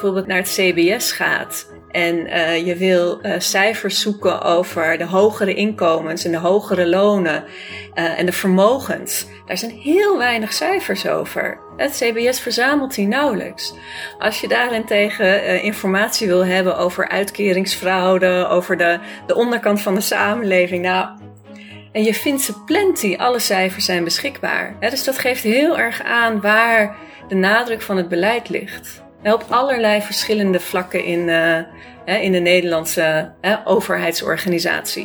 bijvoorbeeld naar het CBS gaat en je wil cijfers zoeken over de hogere inkomens en de hogere lonen en de vermogens, daar zijn heel weinig cijfers over. Het CBS verzamelt die nauwelijks. Als je daarentegen informatie wil hebben over uitkeringsfraude, over de onderkant van de samenleving, en je vindt ze plenty, alle cijfers zijn beschikbaar. Dus dat geeft heel erg aan waar de nadruk van het beleid ligt. Op allerlei verschillende vlakken in de Nederlandse overheidsorganisatie.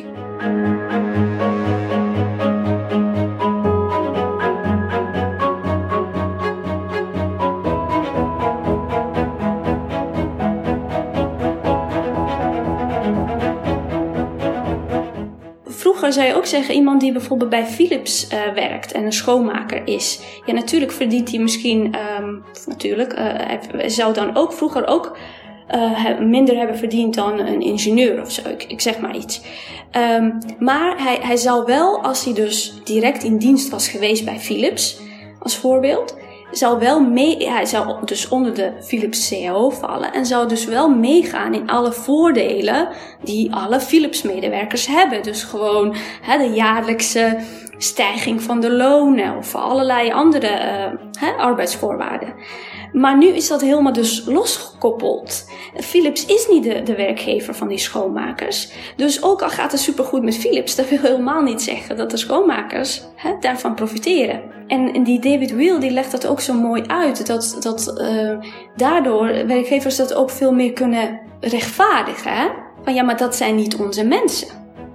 Vroeger zou je ook zeggen, iemand die bijvoorbeeld bij Philips werkt en een schoonmaker is. Ja, natuurlijk verdient hij misschien, hij zou dan ook vroeger ook minder hebben verdiend dan een ingenieur of zo. Ik zeg maar iets. Maar hij zou wel, als hij dus direct in dienst was geweest bij Philips, als voorbeeld, hij zou dus onder de Philips CAO vallen en zou dus wel meegaan in alle voordelen die alle Philips-medewerkers hebben. Dus gewoon de jaarlijkse stijging van de lonen of allerlei andere arbeidsvoorwaarden. Maar nu is dat helemaal dus losgekoppeld. Philips is niet de werkgever van die schoonmakers. Dus ook al gaat het supergoed met Philips, dat wil helemaal niet zeggen dat de schoonmakers daarvan profiteren. En die David Weil die legt dat ook zo mooi uit. Dat daardoor werkgevers dat ook veel meer kunnen rechtvaardigen. Hè? Van ja, maar dat zijn niet onze mensen.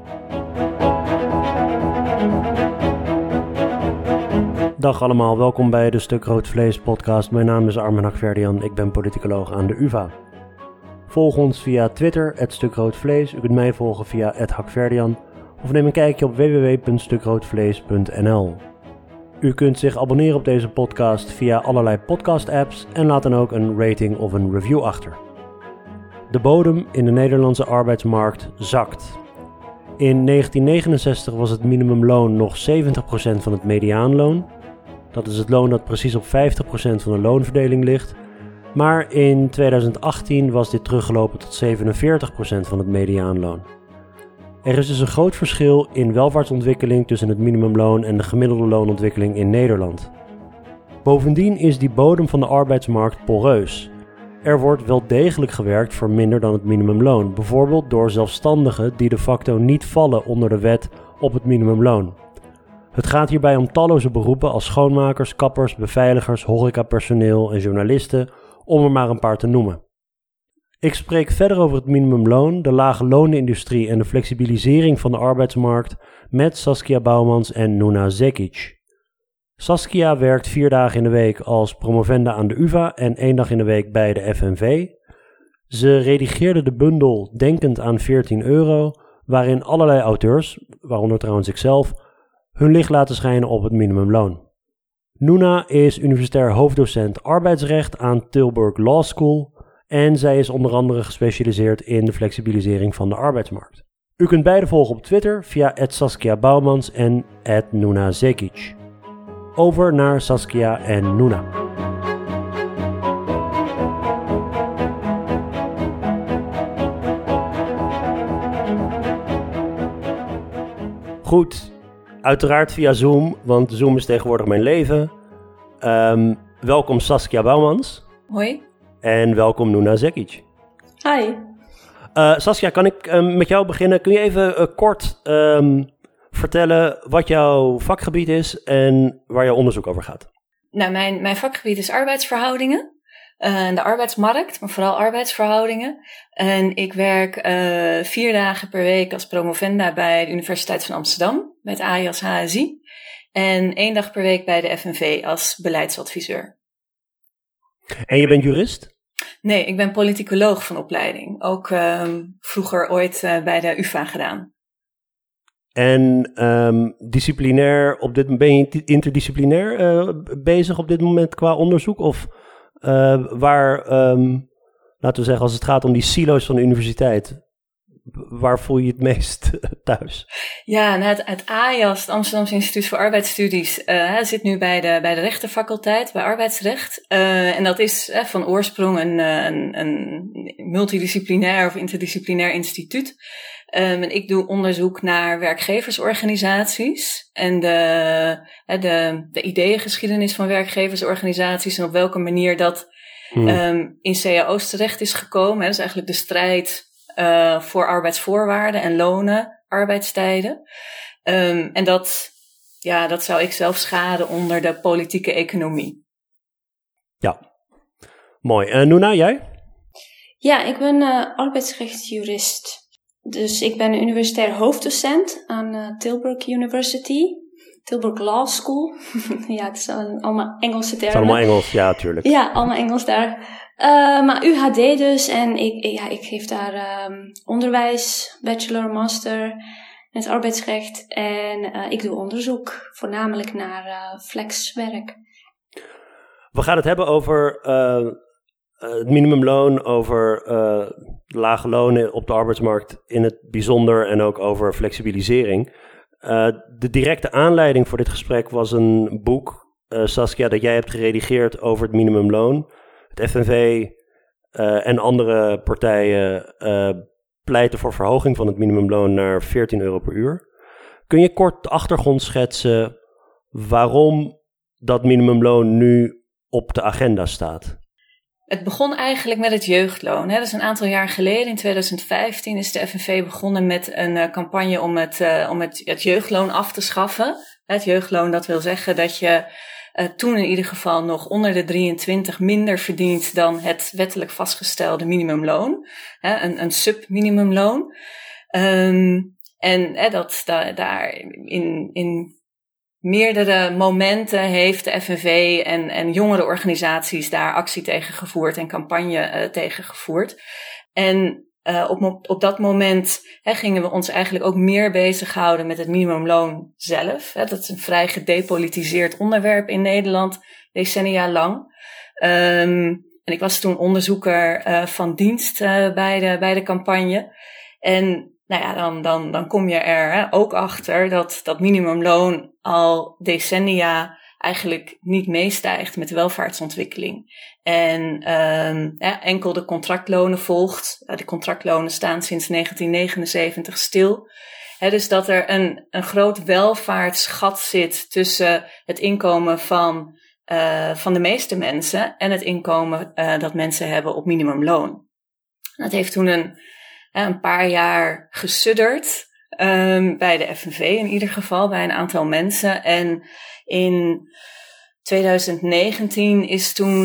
Dag allemaal, welkom bij de Stuk Rood Vlees podcast. Mijn naam is Armen Hakverdian, ik ben politicoloog aan de UvA. Volg ons via Twitter, @StukRoodVlees. U kunt mij volgen via @Hakverdian of neem een kijkje op www.stukroodvlees.nl. U kunt zich abonneren op deze podcast via allerlei podcast-apps en laat dan ook een rating of een review achter. De bodem in de Nederlandse arbeidsmarkt zakt. In 1969 was het minimumloon nog 70% van het mediaanloon. Dat is het loon dat precies op 50% van de loonverdeling ligt. Maar in 2018 was dit teruggelopen tot 47% van het mediaanloon. Er is dus een groot verschil in welvaartsontwikkeling tussen het minimumloon en de gemiddelde loonontwikkeling in Nederland. Bovendien is die bodem van de arbeidsmarkt poreus. Er wordt wel degelijk gewerkt voor minder dan het minimumloon, bijvoorbeeld door zelfstandigen die de facto niet vallen onder de wet op het minimumloon. Het gaat hierbij om talloze beroepen als schoonmakers, kappers, beveiligers, horecapersoneel en journalisten, om er maar een paar te noemen. Ik spreek verder over het minimumloon, de lage loonindustrie en de flexibilisering van de arbeidsmarkt met Saskia Bouwmans en Nouna Zekic. Saskia werkt 4 dagen in de week als promovenda aan de UvA en 1 dag in de week bij de FNV. Ze redigeerde de bundel Denkend aan €14, waarin allerlei auteurs, waaronder trouwens ikzelf, hun licht laten schijnen op het minimumloon. Nouna is universitair hoofddocent arbeidsrecht aan Tilburg Law School en zij is onder andere gespecialiseerd in de flexibilisering van de arbeidsmarkt. U kunt beide volgen op Twitter via @Saskia Bouwmans en @Nouna Zekic. Over naar Saskia en Nouna. Goed, uiteraard via Zoom, want Zoom is tegenwoordig mijn leven. Welkom Saskia Bouwmans. Hoi. En welkom Nouna Zekic. Hi. Saskia, kan ik met jou beginnen? Kun je even kort vertellen wat jouw vakgebied is en waar jouw onderzoek over gaat? Nou, mijn vakgebied is arbeidsverhoudingen. De arbeidsmarkt, maar vooral arbeidsverhoudingen. En ik werk 4 dagen per week als promovenda bij de Universiteit van Amsterdam, bij het AIAS HSI. En 1 dag per week bij de FNV als beleidsadviseur. En je bent jurist? Nee, ik ben politicoloog van opleiding. Ook vroeger ooit bij de UvA gedaan. En disciplinair, ben je interdisciplinair bezig op dit moment qua onderzoek? Of laten we zeggen, als het gaat om die silo's van de universiteit, Waar voel je het meest thuis? Ja, het AIAS, het Amsterdamse Instituut voor Arbeidsstudies, zit nu bij de rechtenfaculteit, bij arbeidsrecht. En dat is van oorsprong een multidisciplinair of interdisciplinair instituut. En ik doe onderzoek naar werkgeversorganisaties en de ideeëngeschiedenis van werkgeversorganisaties en op welke manier dat in CAO's terecht is gekomen. Dat is eigenlijk de strijd voor arbeidsvoorwaarden en lonen, arbeidstijden. En dat zou ik zelf schaden onder de politieke economie. Ja, mooi. Noona, jij? Ja, ik ben arbeidsrechtsjurist. Dus ik ben universitair hoofddocent aan Tilburg University. Tilburg Law School. Ja, het zijn allemaal Engelse termen. Het is allemaal Engels, ja, tuurlijk. Ja, allemaal Engels daar. Maar UHD dus. En ik geef daar onderwijs, bachelor, master in het arbeidsrecht. En ik doe onderzoek, voornamelijk naar flexwerk. We gaan het hebben over het minimumloon, over lage lonen op de arbeidsmarkt in het bijzonder en ook over flexibilisering. De directe aanleiding voor dit gesprek was een boek, Saskia, dat jij hebt geredigeerd over het minimumloon. Het FNV en andere partijen pleiten voor verhoging van het minimumloon naar €14 per uur. Kun je kort de achtergrond schetsen waarom dat minimumloon nu op de agenda staat? Het begon eigenlijk met het jeugdloon. Dat is een aantal jaar geleden, in 2015, is de FNV begonnen met een campagne om het jeugdloon af te schaffen. Het jeugdloon, dat wil zeggen dat je toen in ieder geval nog onder de 23 minder verdient dan het wettelijk vastgestelde minimumloon. Een subminimumloon. En dat daar in meerdere momenten heeft de FNV en jongerenorganisaties daar actie tegen gevoerd en campagne tegen gevoerd. En op dat moment gingen we ons eigenlijk ook meer bezighouden met het minimumloon zelf. Dat is een vrij gedepolitiseerd onderwerp in Nederland, decennia lang. En ik was toen onderzoeker van dienst bij de campagne. En nou ja, dan kom je er ook achter dat minimumloon al decennia eigenlijk niet meestijgt met de welvaartsontwikkeling. En enkel de contractlonen volgt. De contractlonen staan sinds 1979 stil. Dus dat er een groot welvaartsgat zit tussen het inkomen van de meeste mensen en het inkomen dat mensen hebben op minimumloon. Dat heeft toen een paar jaar gesudderd, bij de FNV in ieder geval, bij een aantal mensen. En in 2019 is toen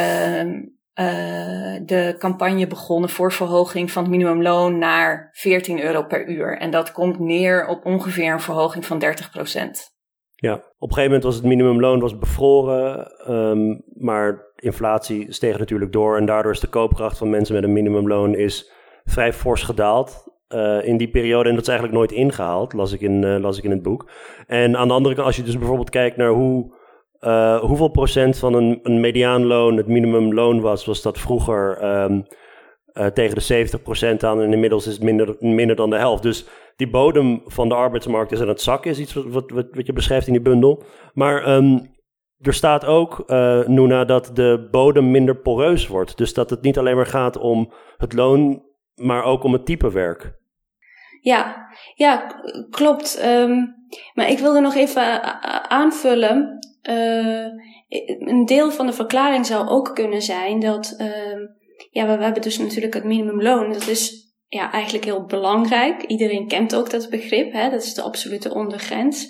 de campagne begonnen voor verhoging van het minimumloon naar €14 per uur. En dat komt neer op ongeveer een verhoging van 30%. Ja, op een gegeven moment was het minimumloon bevroren, maar inflatie steeg natuurlijk door en daardoor is de koopkracht van mensen met een minimumloon vrij fors gedaald in die periode. En dat is eigenlijk nooit ingehaald, las ik in het boek. En aan de andere kant, als je dus bijvoorbeeld kijkt naar hoeveel procent van een mediaanloon het minimumloon was dat vroeger tegen de 70% aan en inmiddels is het minder dan de helft. Dus die bodem van de arbeidsmarkt is aan het zakken, is iets wat je beschrijft in die bundel. Maar er staat ook, Noona, dat de bodem minder poreus wordt. Dus dat het niet alleen maar gaat om het loon, maar ook om het type werk. Ja, klopt. Maar ik wilde nog even aanvullen. Een deel van de verklaring zou ook kunnen zijn dat we hebben dus natuurlijk het minimumloon. Dat is eigenlijk heel belangrijk. Iedereen kent ook dat begrip. Dat is de absolute ondergrens.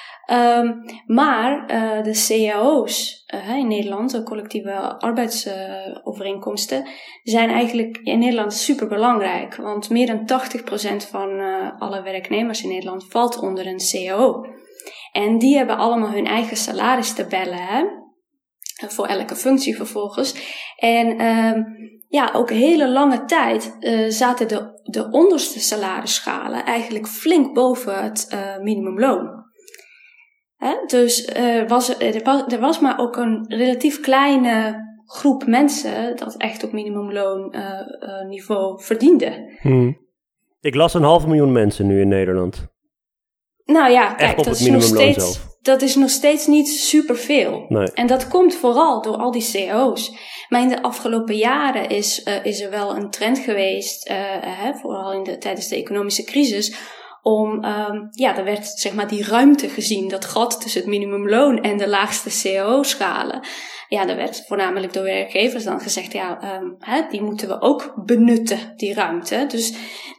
Maar de cao's in Nederland, de collectieve arbeidsovereenkomsten, zijn eigenlijk in Nederland super belangrijk. Want meer dan 80% van alle werknemers in Nederland valt onder een cao. En die hebben allemaal hun eigen salaristabellen voor elke functie vervolgens. En ook hele lange tijd zaten de onderste salarisschalen eigenlijk flink boven het minimumloon. Dus er was maar ook een relatief kleine groep mensen dat echt op minimumloonniveau verdiende. Ik las 500.000 mensen nu in Nederland. Nou ja, Echt kijk, op het minimumloon zelf. Dat is nog steeds niet superveel. Nee. En dat komt vooral door al die cao's. Maar in de afgelopen jaren is er wel een trend geweest, vooral tijdens de economische crisis, om, er werd zeg maar die ruimte gezien, dat gat tussen het minimumloon en de laagste cao-schalen. Ja, er werd voornamelijk door werkgevers dan gezegd, die moeten we ook benutten, die ruimte. Dus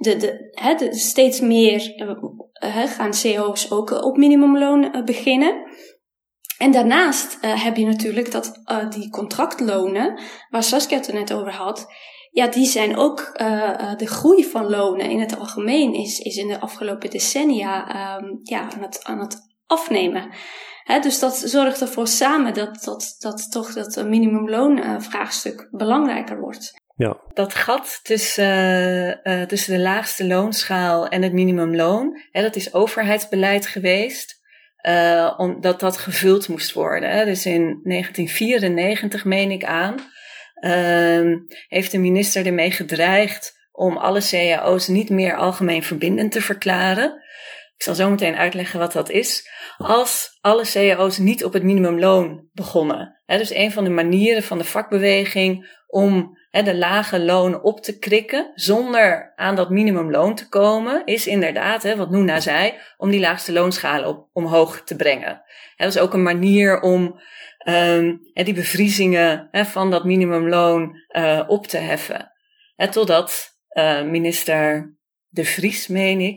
steeds meer gaan CO's ook op minimumloon beginnen. En daarnaast heb je natuurlijk dat die contractlonen, waar Saskia het er net over had, ja, die zijn ook, de groei van lonen in het algemeen is in de afgelopen decennia aan het afnemen. Dus dat zorgt ervoor samen dat toch dat minimumloonvraagstuk belangrijker wordt. Ja. Dat gat tussen de laagste loonschaal en het minimumloon, dat is overheidsbeleid geweest, omdat dat gevuld moest worden. Dus in 1994, meen ik aan, heeft de minister ermee gedreigd om alle cao's niet meer algemeen verbindend te verklaren. Ik zal zo meteen uitleggen wat dat is. Als alle cao's niet op het minimumloon begonnen. Dus een van de manieren van de vakbeweging om de lage lonen op te krikken zonder aan dat minimumloon te komen, is inderdaad, wat Noona zei, om die laagste loonschalen omhoog te brengen. Dat is ook een manier om die bevriezingen van dat minimumloon op te heffen. Totdat minister De Vries, meen ik,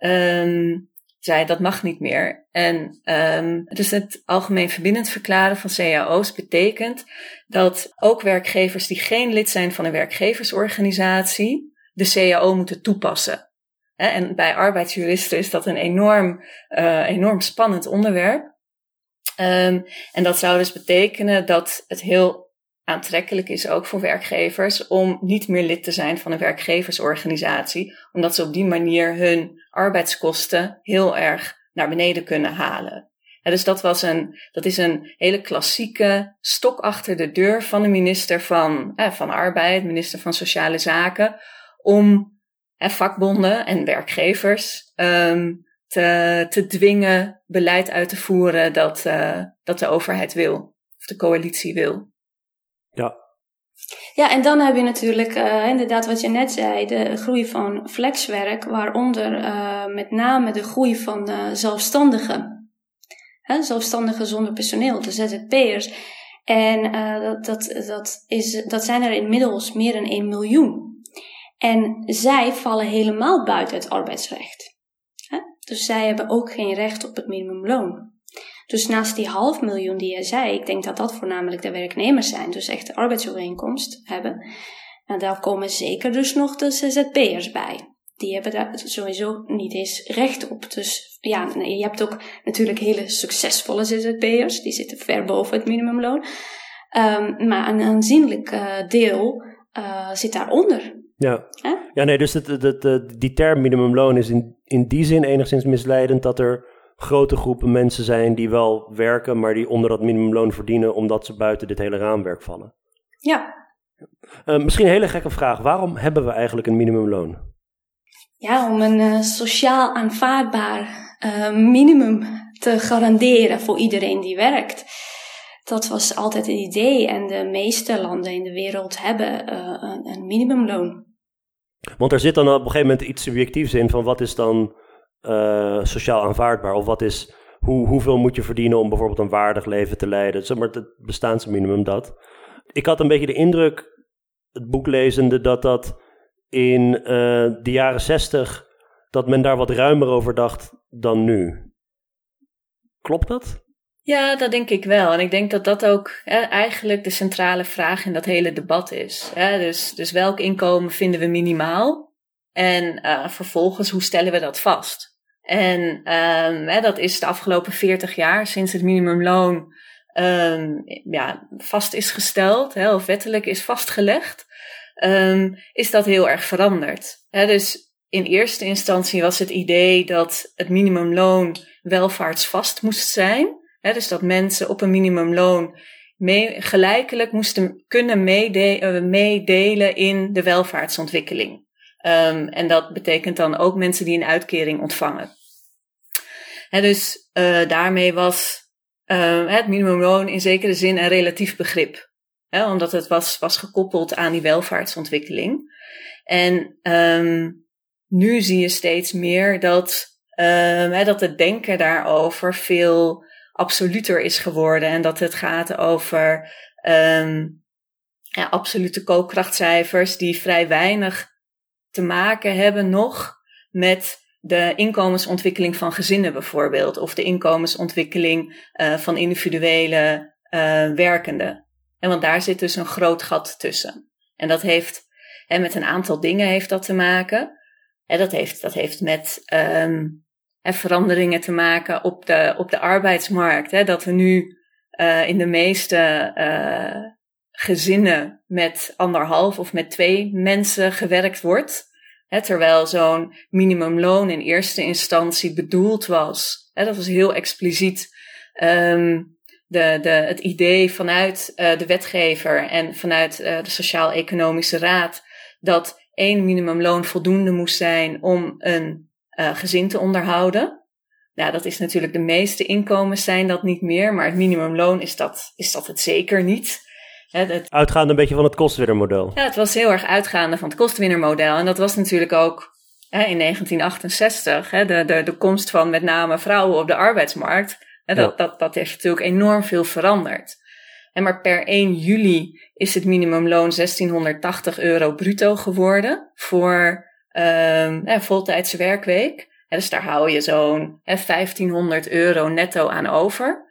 zei dat mag niet meer. En dus het algemeen verbindend verklaren van cao's betekent dat ook werkgevers die geen lid zijn van een werkgeversorganisatie de cao moeten toepassen. En bij arbeidsjuristen is dat een enorm spannend onderwerp. En dat zou dus betekenen dat het heel aantrekkelijk is ook voor werkgevers om niet meer lid te zijn van een werkgeversorganisatie, omdat ze op die manier hun arbeidskosten heel erg naar beneden kunnen halen. Dus dat is een hele klassieke stok achter de deur van de minister van Arbeid, minister van Sociale Zaken, om vakbonden en werkgevers te dwingen beleid uit te voeren dat de overheid wil, of de coalitie wil. Ja, en dan heb je natuurlijk inderdaad wat je net zei, de groei van flexwerk, waaronder met name de groei van zelfstandigen. Zelfstandigen zonder personeel, de ZZP'ers. En dat zijn er inmiddels meer dan 1 miljoen. En zij vallen helemaal buiten het arbeidsrecht. Dus zij hebben ook geen recht op het minimumloon. Dus naast die 500.000 die je zei, ik denk dat dat voornamelijk de werknemers zijn, dus echt de arbeidsovereenkomst hebben. En daar komen zeker dus nog de ZZP'ers bij. Die hebben daar sowieso niet eens recht op. Dus ja, je hebt ook natuurlijk hele succesvolle ZZP'ers, die zitten ver boven het minimumloon. Maar een aanzienlijk deel zit daaronder. Ja. Ja, nee, dus die term minimumloon is in die zin enigszins misleidend dat er grote groepen mensen zijn die wel werken, maar die onder dat minimumloon verdienen omdat ze buiten dit hele raamwerk vallen. Ja. Misschien een hele gekke vraag. Waarom hebben we eigenlijk een minimumloon? Ja, om een sociaal aanvaardbaar minimum te garanderen voor iedereen die werkt. Dat was altijd het idee en de meeste landen in de wereld hebben een minimumloon. Want er zit dan op een gegeven moment iets subjectiefs in van wat is dan sociaal aanvaardbaar? Of wat is, hoeveel moet je verdienen om bijvoorbeeld een waardig leven te leiden? Zeg maar het bestaansminimum dat. Ik had een beetje de indruk, het boek lezende, dat in de jaren 60, dat men daar wat ruimer over dacht dan nu. Klopt dat? Ja, dat denk ik wel. En ik denk dat dat ook eigenlijk de centrale vraag in dat hele debat is. Dus welk inkomen vinden we minimaal? En vervolgens, hoe stellen we dat vast? En dat is de afgelopen 40 jaar, sinds het minimumloon vast is gesteld, of wettelijk is vastgelegd, is dat heel erg veranderd. Dus in eerste instantie was het idee dat het minimumloon welvaartsvast moest zijn. Dus dat mensen op een minimumloon gelijkelijk moesten kunnen meedelen in de welvaartsontwikkeling. En dat betekent dan ook mensen die een uitkering ontvangen. Dus daarmee was het minimumloon in zekere zin een relatief begrip. Omdat het was gekoppeld aan die welvaartsontwikkeling. En nu zie je steeds meer dat het denken daarover veel absoluter is geworden. En dat het gaat over absolute koopkrachtcijfers die vrij weinig te maken hebben nog met de inkomensontwikkeling van gezinnen bijvoorbeeld. Of de inkomensontwikkeling van individuele werkenden. Want daar zit dus een groot gat tussen. En dat heeft met een aantal dingen heeft dat te maken. Dat heeft met veranderingen te maken op de arbeidsmarkt. Dat we nu in de meeste gezinnen met 1,5 of met 2 mensen gewerkt wordt. Terwijl zo'n minimumloon in eerste instantie bedoeld was. Dat was heel expliciet het idee vanuit de wetgever en vanuit de Sociaal-Economische Raad dat 1 minimumloon voldoende moest zijn om een gezin te onderhouden. Nou, dat is natuurlijk, de meeste inkomens zijn dat niet meer, maar het minimumloon is dat het zeker niet. Uitgaande een beetje van het kostwinnermodel. Ja, het was heel erg uitgaande van het kostwinnermodel. En dat was natuurlijk ook in 1968, de komst van met name vrouwen op de arbeidsmarkt. Dat heeft natuurlijk enorm veel veranderd. Maar per 1 juli is het minimumloon €1680 bruto geworden voor voltijdse werkweek. Dus daar hou je zo'n €1500 netto aan over.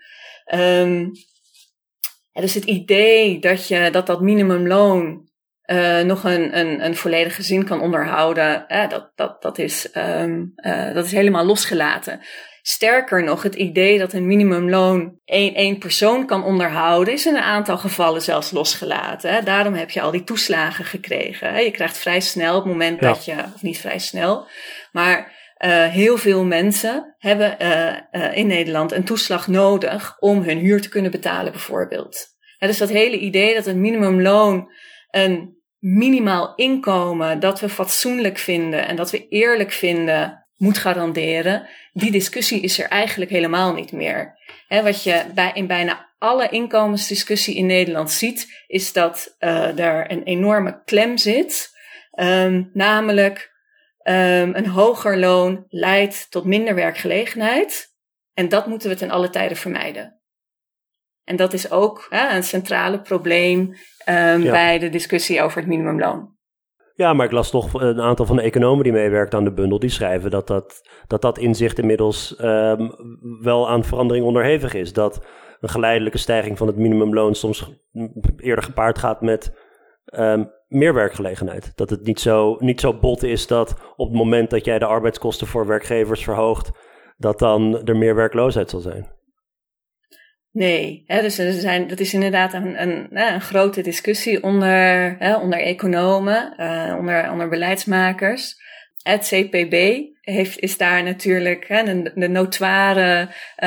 Dus het idee dat minimumloon nog een volledig gezin kan onderhouden, dat is helemaal losgelaten. Sterker nog, het idee dat een minimumloon één persoon kan onderhouden, is in een aantal gevallen zelfs losgelaten. Daarom heb je al die toeslagen gekregen. Je krijgt vrij snel op het moment dat je, of niet vrij snel, maar heel veel mensen hebben in Nederland een toeslag nodig om hun huur te kunnen betalen bijvoorbeeld. Dus dat hele idee dat een minimumloon een minimaal inkomen dat we fatsoenlijk vinden en dat we eerlijk vinden moet garanderen, die discussie is er eigenlijk helemaal niet meer. Wat je in bijna alle inkomensdiscussie in Nederland ziet, is dat er een enorme klem zit, namelijk een hoger loon leidt tot minder werkgelegenheid. En dat moeten we ten alle tijde vermijden. En dat is ook een centrale probleem bij de discussie over het minimumloon. Ja, maar ik las toch een aantal van de economen die meewerken aan de bundel, die schrijven dat inzicht inmiddels wel aan verandering onderhevig is. Dat een geleidelijke stijging van het minimumloon soms eerder gepaard gaat met meer werkgelegenheid. Dat het niet zo bot is dat op het moment dat jij de arbeidskosten voor werkgevers verhoogt, dat dan er meer werkloosheid zal zijn. Nee, dus dat is inderdaad een grote discussie onder economen, onder beleidsmakers. Het CPB is daar natuurlijk de notoire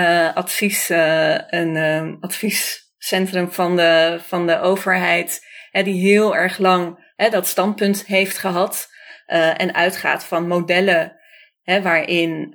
adviescentrum van de overheid, die heel erg lang dat standpunt heeft gehad en uitgaat van modellen waarin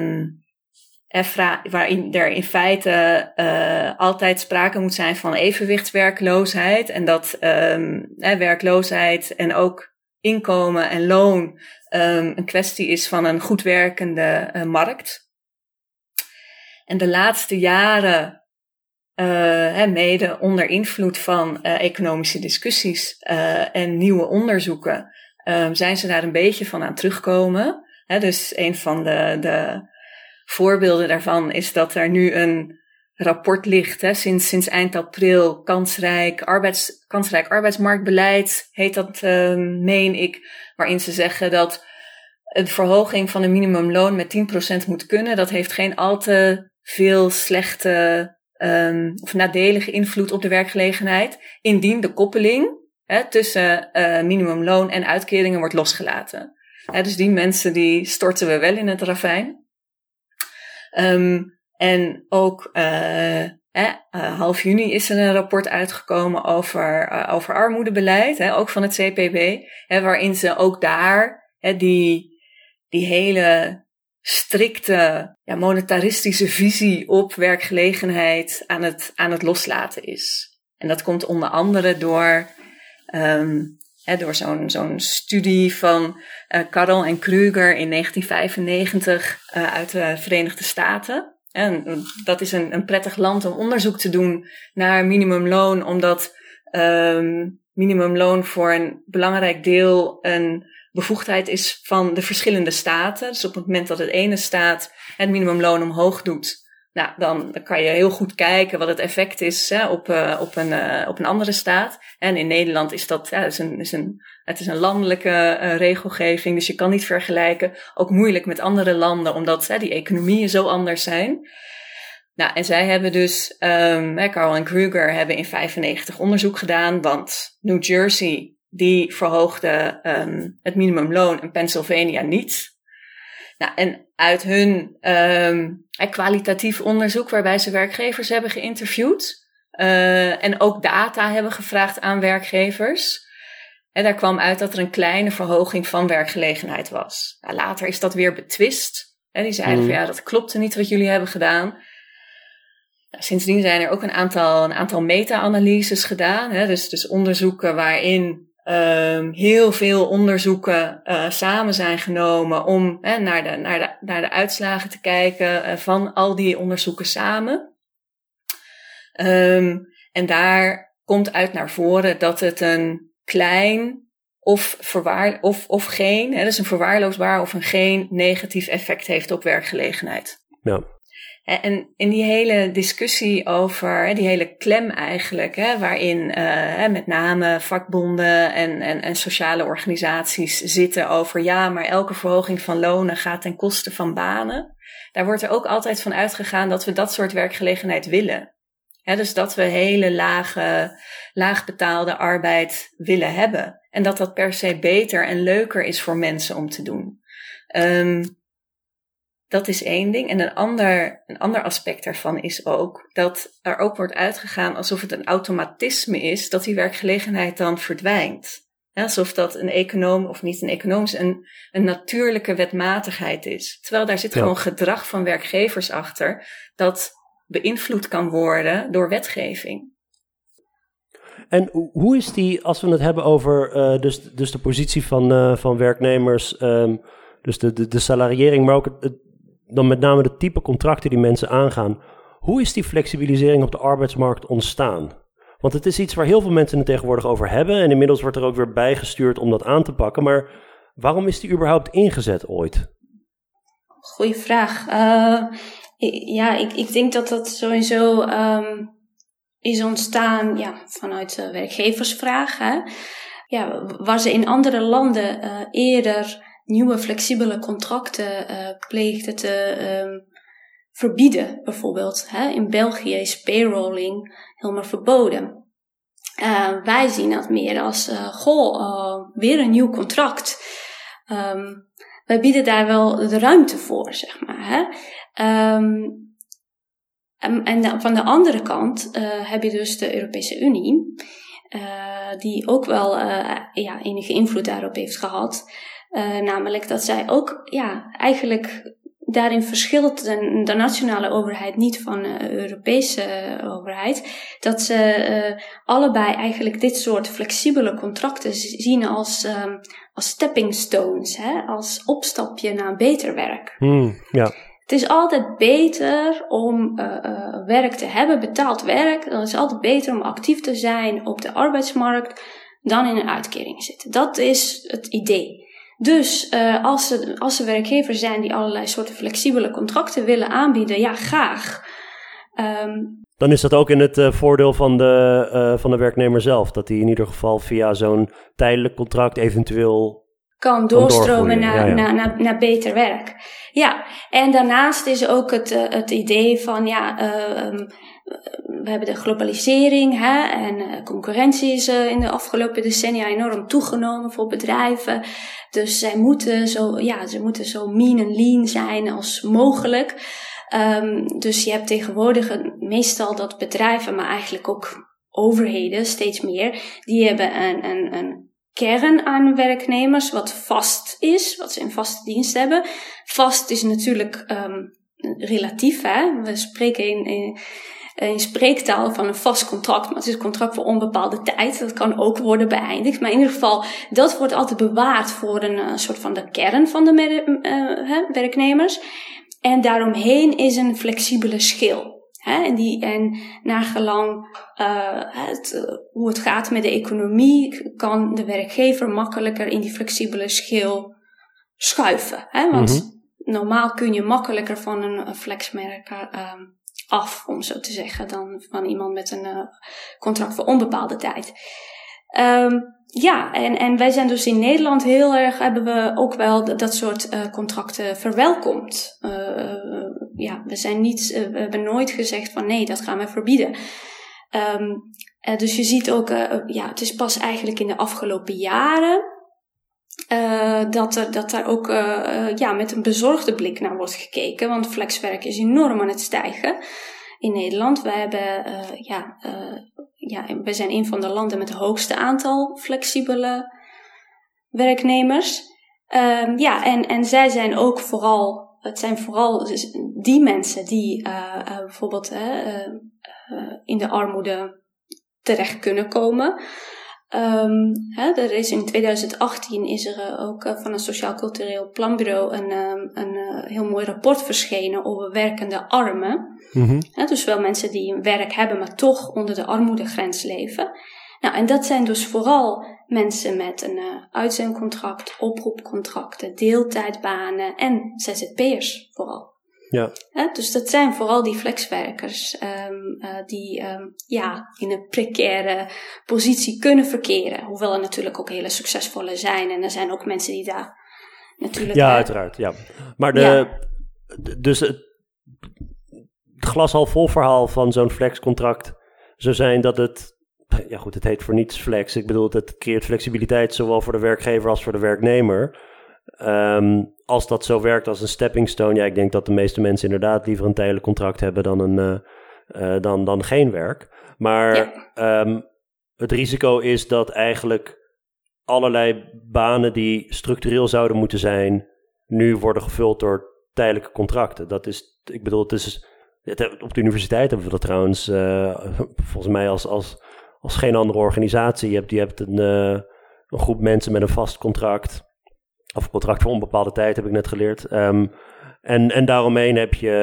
er in feite altijd sprake moet zijn van evenwichtswerkloosheid en dat werkloosheid en ook inkomen en loon een kwestie is van een goed werkende markt. En de laatste jaren, mede onder invloed van economische discussies en nieuwe onderzoeken, zijn ze daar een beetje van aan terugkomen. Dus een van de voorbeelden daarvan is dat er nu een rapport ligt, sinds eind april, kansrijk arbeidsmarktbeleid heet dat, meen ik, waarin ze zeggen dat een verhoging van een minimumloon met 10% moet kunnen. Dat heeft geen al te veel slechte of nadelige invloed op de werkgelegenheid, indien de koppeling tussen minimumloon en uitkeringen wordt losgelaten. Dus die mensen die storten we wel in het ravijn. En ook half juni is er een rapport uitgekomen over armoedebeleid, ook van het CPB, waarin ze ook daar die hele strikte monetaristische visie op werkgelegenheid aan het loslaten is. En dat komt onder andere door zo'n studie van Carroll en Kruger in 1995 uit de Verenigde Staten. En dat is een prettig land om onderzoek te doen naar minimumloon, omdat minimumloon voor een belangrijk deel een bevoegdheid is van de verschillende staten. Dus op het moment dat het ene staat het minimumloon omhoog doet, dan kan je heel goed kijken wat het effect is op een andere staat. En in Nederland is dat, het is een landelijke regelgeving, dus je kan niet vergelijken. Ook moeilijk met andere landen, omdat die economieën zo anders zijn. En zij hebben dus, Carroll en Kruger hebben in 1995 onderzoek gedaan, want New Jersey, die verhoogde het minimumloon en Pennsylvania niet. En uit hun kwalitatief onderzoek, waarbij ze werkgevers hebben geïnterviewd en ook data hebben gevraagd aan werkgevers, en daar kwam uit dat er een kleine verhoging van werkgelegenheid was. Later is dat weer betwist. Die zeiden van dat klopte niet wat jullie hebben gedaan. Sindsdien zijn er ook een aantal meta-analyses gedaan. Dus onderzoeken waarin heel veel onderzoeken samen zijn genomen om naar de uitslagen te kijken van al die onderzoeken samen. En daar komt uit naar voren dat het een klein of geen, dus een verwaarloosbaar of een geen negatief effect heeft op werkgelegenheid. Ja. En in die hele discussie over, die hele klem eigenlijk, waarin met name vakbonden en sociale organisaties zitten over maar elke verhoging van lonen gaat ten koste van banen. Daar wordt er ook altijd van uitgegaan dat we dat soort werkgelegenheid willen. Dus dat we hele laag betaalde arbeid willen hebben. En dat dat per se beter en leuker is voor mensen om te doen. Dat is één ding. En een ander aspect daarvan is ook dat er ook wordt uitgegaan alsof het een automatisme is dat die werkgelegenheid dan verdwijnt. Alsof dat een econoom, of niet een economisch, een natuurlijke wetmatigheid is. Terwijl daar zit gewoon gedrag van werkgevers achter dat beïnvloed kan worden door wetgeving. En hoe is die, als we het hebben over dus de positie van werknemers, dus de salariëring, maar ook dan met name de type contracten die mensen aangaan. Hoe is die flexibilisering op de arbeidsmarkt ontstaan? Want het is iets waar heel veel mensen het tegenwoordig over hebben en inmiddels wordt er ook weer bijgestuurd om dat aan te pakken. Maar waarom is die überhaupt ingezet ooit? Goeie vraag. Ik denk dat dat sowieso is ontstaan vanuit de werkgeversvraag. Hè? Waar ze in andere landen eerder nieuwe flexibele contracten pleegden te verbieden. Bijvoorbeeld in België is payrolling helemaal verboden. Wij zien dat meer als weer een nieuw contract. Wij bieden daar wel de ruimte voor, zeg maar. Hè? En van de andere kant heb je dus de Europese Unie, die ook wel enige invloed daarop heeft gehad. Namelijk dat zij ook eigenlijk daarin verschilt de nationale overheid niet van de Europese overheid. Dat ze allebei eigenlijk dit soort flexibele contracten zien als stepping stones, als opstapje naar beter werk. Het is altijd beter om werk te hebben, betaald werk. Dan is het altijd beter om actief te zijn op de arbeidsmarkt dan in een uitkering zitten. Dat is het idee. Dus als er werkgevers zijn die allerlei soorten flexibele contracten willen aanbieden, graag. Dan is dat ook in het voordeel van de werknemer zelf. Dat hij in ieder geval via zo'n tijdelijk contract eventueel kan doorstromen naar beter werk. Ja, en daarnaast is ook het idee van we hebben de globalisering en concurrentie is in de afgelopen decennia enorm toegenomen voor bedrijven. Dus ze moeten zo mean en lean zijn als mogelijk. Dus je hebt tegenwoordig meestal dat bedrijven, maar eigenlijk ook overheden steeds meer, die hebben een kern aan werknemers wat vast is, wat ze in vaste dienst hebben. Vast is natuurlijk relatief, hè. We spreken in spreektaal van een vast contract, maar het is een contract voor onbepaalde tijd. Dat kan ook worden beëindigd, maar in ieder geval, dat wordt altijd bewaard voor een soort van de kern van de werknemers. En daaromheen is een flexibele schil. En naargelang hoe het gaat met de economie, kan de werkgever makkelijker in die flexibele schil schuiven. Want normaal kun je makkelijker van een flexwerker af, om zo te zeggen, dan van iemand met een contract voor onbepaalde tijd. En wij zijn dus in Nederland hebben we ook wel dat soort contracten verwelkomd. We hebben nooit gezegd van nee, dat gaan we verbieden. Dus je ziet ook, het is pas eigenlijk in de afgelopen jaren dat daar ook met een bezorgde blik naar wordt gekeken. Want flexwerk is enorm aan het stijgen in Nederland. We zijn een van de landen met het hoogste aantal flexibele werknemers. En zij zijn ook het zijn vooral die mensen die bijvoorbeeld in de armoede terecht kunnen komen. Er is in 2018 is er ook van het Sociaal Cultureel Planbureau een heel mooi rapport verschenen over werkende armen. Dus wel mensen die een werk hebben, maar toch onder de armoedegrens leven. Nou, en dat zijn dus vooral mensen met een uitzendcontract, oproepcontracten, deeltijdbanen en ZZP'ers vooral. Ja. Dus dat zijn vooral die flexwerkers die in een precaire positie kunnen verkeren. Hoewel er natuurlijk ook hele succesvolle zijn. En er zijn ook mensen die daar natuurlijk... Ja, uiteraard. Ja. Maar dus het glas half vol verhaal van zo'n flexcontract zou zijn dat het... Ja goed, het heet voor niets flex. Ik bedoel, het creëert flexibiliteit zowel voor de werkgever als voor de werknemer. Als dat zo werkt als een stepping stone, ja, ik denk dat de meeste mensen inderdaad liever een tijdelijk contract hebben dan geen werk. Maar het risico is dat eigenlijk allerlei banen die structureel zouden moeten zijn, nu worden gevuld door tijdelijke contracten. Dat is, ik bedoel, op de universiteit hebben we dat trouwens, volgens mij als geen andere organisatie. Je hebt een groep mensen met een vast contract. Of contract voor onbepaalde tijd, heb ik net geleerd. En daaromheen heb je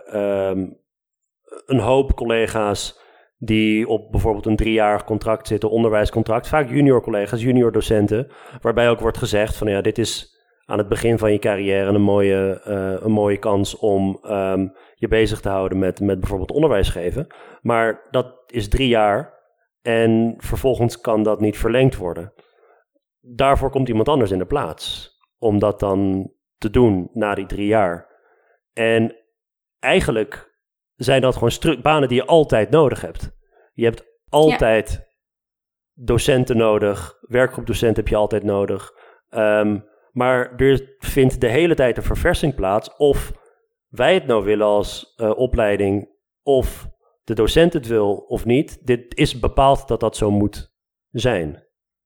een hoop collega's die op bijvoorbeeld een 3-jarig contract zitten, onderwijscontract. Vaak junior collega's, junior docenten. Waarbij ook wordt gezegd van dit is aan het begin van je carrière een mooie kans om je bezig te houden met bijvoorbeeld onderwijs geven. Maar dat is 3 jaar en vervolgens kan dat niet verlengd worden. Daarvoor komt iemand anders in de plaats om dat dan te doen na die 3 jaar. En eigenlijk zijn dat gewoon banen die je altijd nodig hebt. Je hebt altijd docenten nodig, werkgroepdocenten heb je altijd nodig. Maar er vindt de hele tijd een verversing plaats, of wij het nou willen als opleiding, of de docent het wil of niet. Dit is bepaald dat zo moet zijn.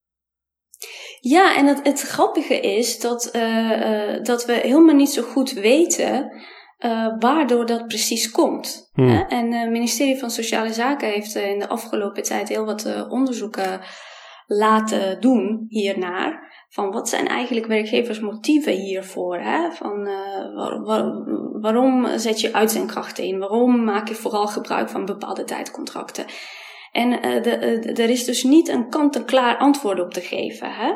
Ja, en het grappige is dat we helemaal niet zo goed weten waardoor dat precies komt. Hè? En het ministerie van Sociale Zaken heeft in de afgelopen tijd heel wat onderzoeken laten doen hiernaar. Van wat zijn eigenlijk werkgeversmotieven hiervoor? Hè? Van waarom zet je uitzendkrachten in? Waarom maak je vooral gebruik van bepaalde tijdcontracten? En er is dus niet een kant-en-klaar antwoord op te geven. Hè?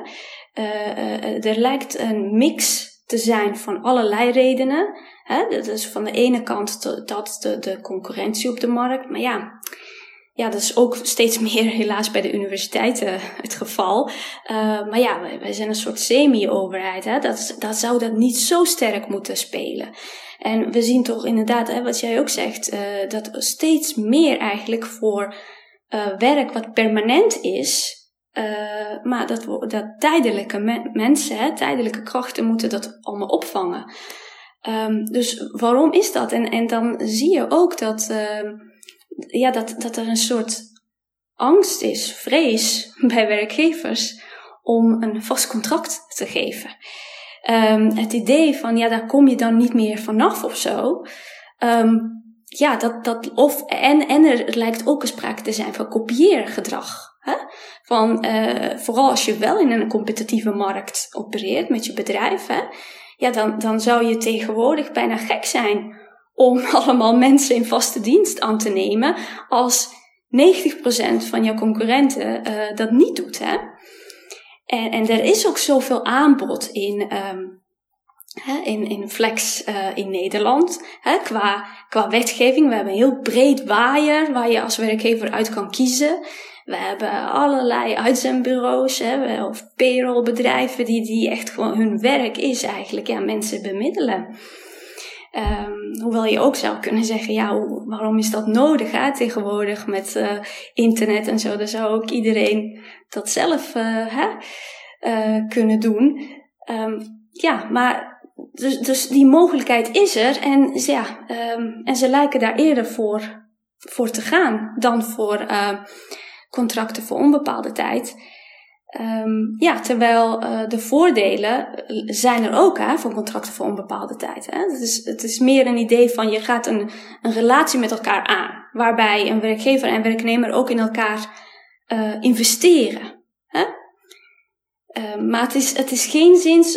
Er lijkt een mix te zijn van allerlei redenen. Hè? Dat is van de ene kant de concurrentie op de markt. Maar ja, dat is ook steeds meer helaas bij de universiteiten het geval. Maar ja, wij zijn een soort semi-overheid. Hè? Dat zou dat niet zo sterk moeten spelen. En we zien toch inderdaad, wat jij ook zegt, dat steeds meer eigenlijk voor werk wat permanent is, maar dat tijdelijke mensen, tijdelijke krachten moeten dat allemaal opvangen. Dus waarom is dat? En dan zie je ook dat er een soort angst is, vrees bij werkgevers om een vast contract te geven. Het idee van, daar kom je dan niet meer vanaf of zo. En er lijkt ook een sprake te zijn van kopieergedrag. Hè? Vooral als je wel in een competitieve markt opereert met je bedrijf, hè? Dan zou je tegenwoordig bijna gek zijn om allemaal mensen in vaste dienst aan te nemen als 90% van jouw concurrenten dat niet doet. Hè? En er is ook zoveel aanbod in flex in Nederland. Qua wetgeving. We hebben een heel breed waaier waar je als werkgever uit kan kiezen. We hebben allerlei uitzendbureaus, of payrollbedrijven die echt gewoon hun werk is eigenlijk mensen bemiddelen. Hoewel je ook zou kunnen zeggen, waarom is dat nodig tegenwoordig met internet en zo. Dan zou ook iedereen dat zelf kunnen doen. Maar dus die mogelijkheid is er en ze lijken daar eerder voor te gaan dan voor contracten voor onbepaalde tijd. Terwijl de voordelen zijn er ook voor contracten voor onbepaalde tijd. Hè? Het is meer een idee van je gaat een relatie met elkaar aan. Waarbij een werkgever en werknemer ook in elkaar investeren. Hè? Maar het is geen zins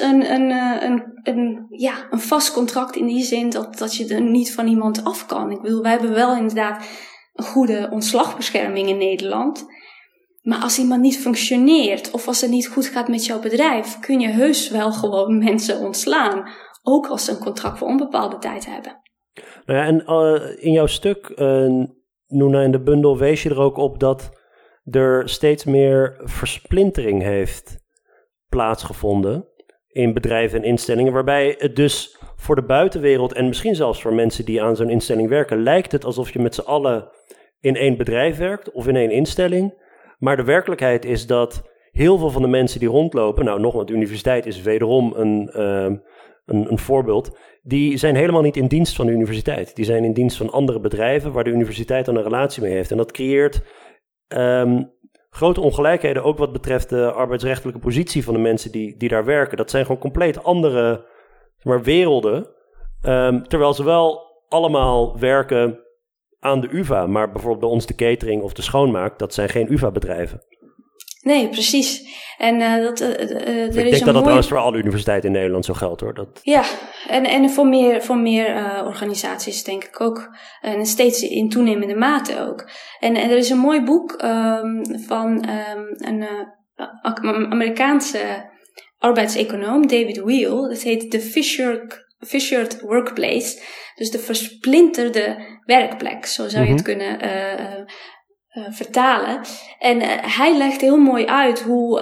een vast contract in die zin dat je er niet van iemand af kan. Ik bedoel, wij hebben wel inderdaad een goede ontslagbescherming in Nederland. Maar als iemand niet functioneert of als het niet goed gaat met jouw bedrijf, kun je heus wel gewoon mensen ontslaan. Ook als ze een contract voor onbepaalde tijd hebben. Nou ja, en in jouw stuk, Noona, in de bundel wees je er ook op dat er steeds meer versplintering heeft plaatsgevonden in bedrijven en instellingen, waarbij het dus voor de buitenwereld en misschien zelfs voor mensen die aan zo'n instelling werken, lijkt het alsof je met z'n allen in één bedrijf werkt of in één instelling. Maar de werkelijkheid is dat heel veel van de mensen die rondlopen, nogmaals, de universiteit is wederom een voorbeeld, die zijn helemaal niet in dienst van de universiteit. Die zijn in dienst van andere bedrijven waar de universiteit dan een relatie mee heeft. En dat creëert grote ongelijkheden, ook wat betreft de arbeidsrechtelijke positie van de mensen die daar werken. Dat zijn gewoon compleet andere werelden, terwijl ze wel allemaal werken aan de UvA, maar bijvoorbeeld bij ons de catering of de schoonmaak, dat zijn geen UvA-bedrijven. Nee, precies. En ik denk dat trouwens voor alle universiteiten in Nederland zo geldt, hoor. Ja, en voor meer organisaties denk ik ook. En steeds in toenemende mate ook. En er is een mooi boek van een Amerikaanse arbeidseconoom, David Weil. Dat heet The Fissured Workplace. Dus de versplinterde werkplek, zo zou je het kunnen vertalen. En hij legt heel mooi uit hoe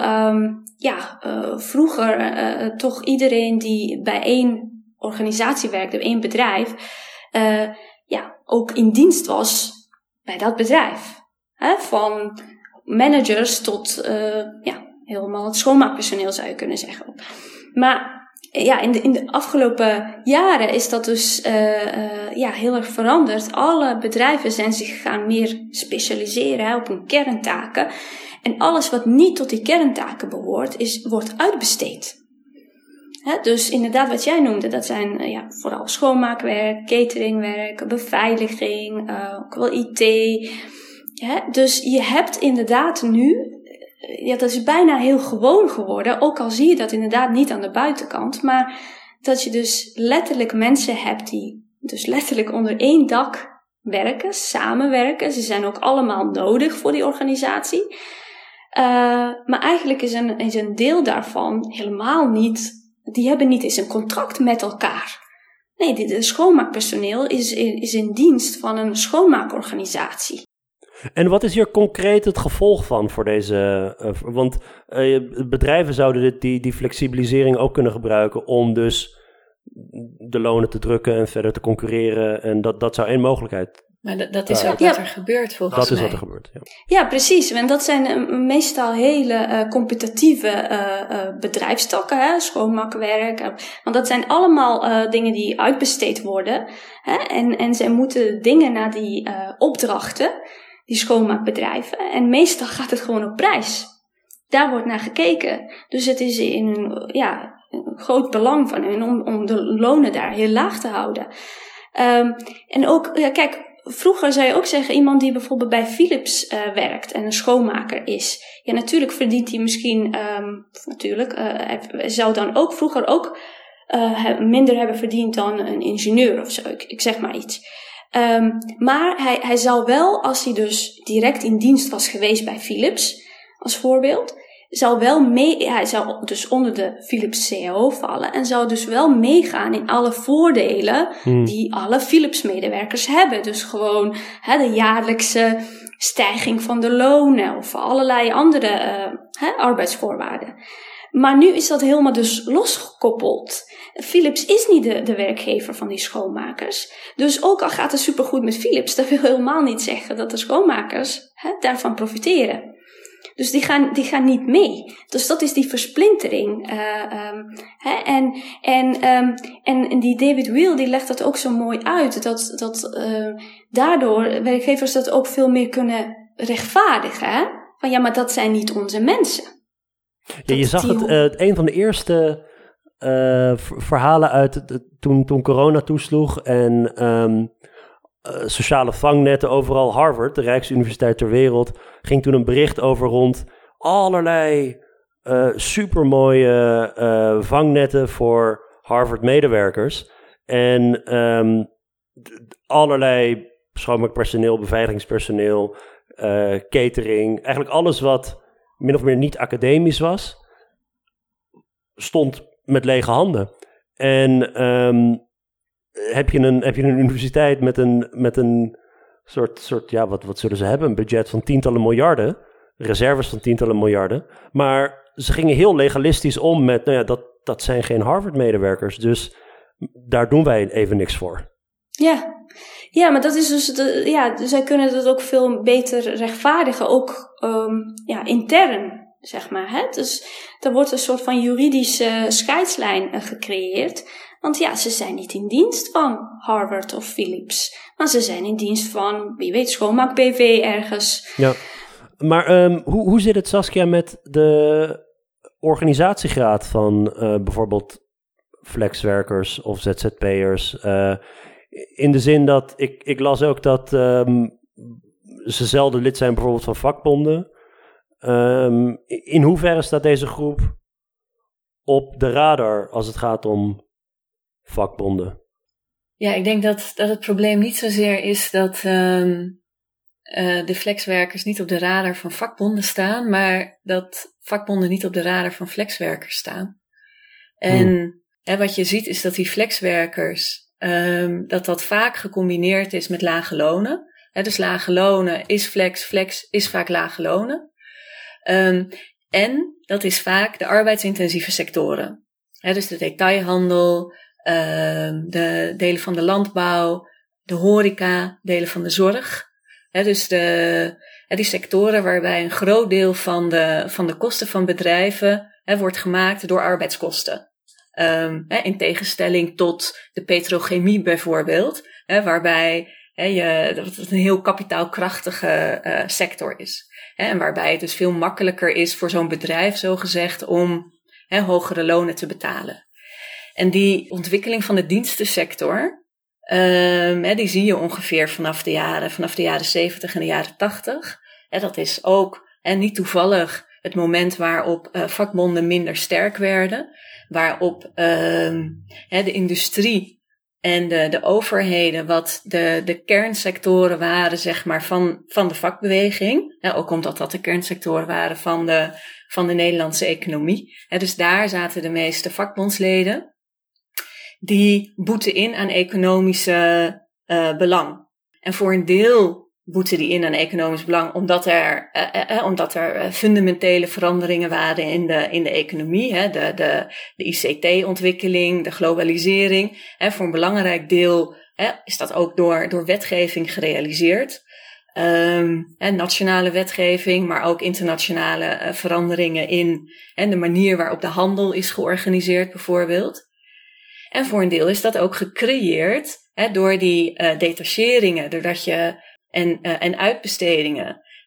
vroeger toch iedereen die bij één organisatie werkte, bij één bedrijf, ook in dienst was bij dat bedrijf. Van managers tot helemaal het schoonmaakpersoneel zou je kunnen zeggen. Maar in de afgelopen jaren is dat dus heel erg veranderd. Alle bedrijven zijn zich gaan meer specialiseren op hun kerntaken. En alles wat niet tot die kerntaken behoort, wordt uitbesteed. Dus inderdaad wat jij noemde, dat zijn vooral schoonmaakwerk, cateringwerk, beveiliging, ook wel IT. Dus je hebt inderdaad nu, dat is bijna heel gewoon geworden, ook al zie je dat inderdaad niet aan de buitenkant, maar dat je dus letterlijk mensen hebt die dus letterlijk onder één dak werken, samenwerken. Ze zijn ook allemaal nodig voor die organisatie. Maar eigenlijk is een deel daarvan helemaal niet, die hebben niet eens een contract met elkaar. Nee, de schoonmaakpersoneel is in dienst van een schoonmaakorganisatie. En wat is hier concreet het gevolg van voor deze? Want bedrijven zouden die flexibilisering ook kunnen gebruiken om dus de lonen te drukken en verder te concurreren. En dat zou één mogelijkheid. Maar dat is ook wat er gebeurt volgens mij. Dat is wat er gebeurt, ja. Ja, precies. En dat zijn meestal hele competitieve bedrijfstakken, schoonmaakwerk. Want dat zijn allemaal dingen die uitbesteed worden. En zij moeten dingen naar die opdrachten, die schoonmaakbedrijven. En meestal gaat het gewoon op prijs. daar wordt naar gekeken. Dus het is in een groot belang van hun om de lonen daar heel laag te houden. En ook, kijk, vroeger zou je ook zeggen, iemand die bijvoorbeeld bij Philips werkt en een schoonmaker is. Ja, natuurlijk verdient hij misschien, hij zou dan ook vroeger ook minder hebben verdiend dan een ingenieur of zo. Ik zeg maar iets. Maar hij zou wel, als hij dus direct in dienst was geweest bij Philips, als voorbeeld, hij zou dus onder de Philips CAO vallen en zou dus wel meegaan in alle voordelen die alle Philips medewerkers hebben. Dus gewoon de jaarlijkse stijging van de lonen of allerlei andere arbeidsvoorwaarden. Maar nu is dat helemaal dus losgekoppeld. Philips is niet de werkgever van die schoonmakers. Dus ook al gaat het supergoed met Philips, dat wil helemaal niet zeggen dat de schoonmakers daarvan profiteren. Dus die gaan niet mee. Dus dat is die versplintering. En die David Weil die legt dat ook zo mooi uit. Dat daardoor werkgevers dat ook veel meer kunnen rechtvaardigen. Hè? Van ja, maar dat zijn niet onze mensen. Ja, je zag het, een van de eerste verhalen uit toen corona toesloeg en sociale vangnetten overal. Harvard, de rijkste universiteit ter wereld, ging toen een bericht over rond allerlei supermooie vangnetten voor Harvard-medewerkers. En allerlei schoonmaakpersoneel, beveiligingspersoneel, catering, eigenlijk alles wat min of meer niet academisch was, stond met lege handen. En heb je een universiteit met een soort wat zullen ze hebben? Een budget van tientallen miljarden, reserves van tientallen miljarden. Maar ze gingen heel legalistisch om met, dat zijn geen Harvard-medewerkers, dus daar doen wij even niks voor. Ja, maar dat is dus, zij kunnen dat ook veel beter rechtvaardigen, ook intern, zeg maar. Hè? Dus er wordt een soort van juridische scheidslijn gecreëerd. Want ja, ze zijn niet in dienst van Harvard of Philips, maar ze zijn in dienst van, wie weet, schoonmaak BV ergens. Ja, maar hoe zit het, Saskia, met de organisatiegraad van bijvoorbeeld flexwerkers of ZZP'ers? In de zin dat, ik las ook dat ze zelden lid zijn bijvoorbeeld van vakbonden. In hoeverre staat deze groep op de radar als het gaat om vakbonden? Ja, ik denk dat het probleem niet zozeer is dat de flexwerkers niet op de radar van vakbonden staan, maar dat vakbonden niet op de radar van flexwerkers staan. En wat je ziet is dat die flexwerkers, dat vaak gecombineerd is met lage lonen. Dus lage lonen is flex is vaak lage lonen. En dat is vaak de arbeidsintensieve sectoren. Dus de detailhandel, de delen van de landbouw, de horeca, delen van de zorg. Dus die sectoren waarbij een groot deel van de kosten van bedrijven wordt gemaakt door arbeidskosten. In tegenstelling tot de petrochemie bijvoorbeeld, waarbij dat het een heel kapitaalkrachtige sector is. En waarbij het dus veel makkelijker is voor zo'n bedrijf, zogezegd, om hogere lonen te betalen. En die ontwikkeling van de dienstensector, die zie je ongeveer vanaf de jaren 70 en de jaren 80. Dat is ook niet toevallig het moment waarop vakbonden minder sterk werden, waarop de industrie en de overheden wat de kernsectoren waren, zeg maar, van de vakbeweging. Ook omdat dat de kernsectoren waren van de Nederlandse economie. Dus daar zaten de meeste vakbondsleden. Die boeten in aan economische belang. En voor een deel boeten die in aan economisch belang, omdat er fundamentele veranderingen waren in de economie. De ICT-ontwikkeling, de globalisering. Voor een belangrijk deel is dat ook door wetgeving gerealiseerd. Nationale wetgeving, maar ook internationale veranderingen in de manier waarop de handel is georganiseerd bijvoorbeeld. En voor een deel is dat ook gecreëerd door die detacheringen, doordat je en uitbestedingen.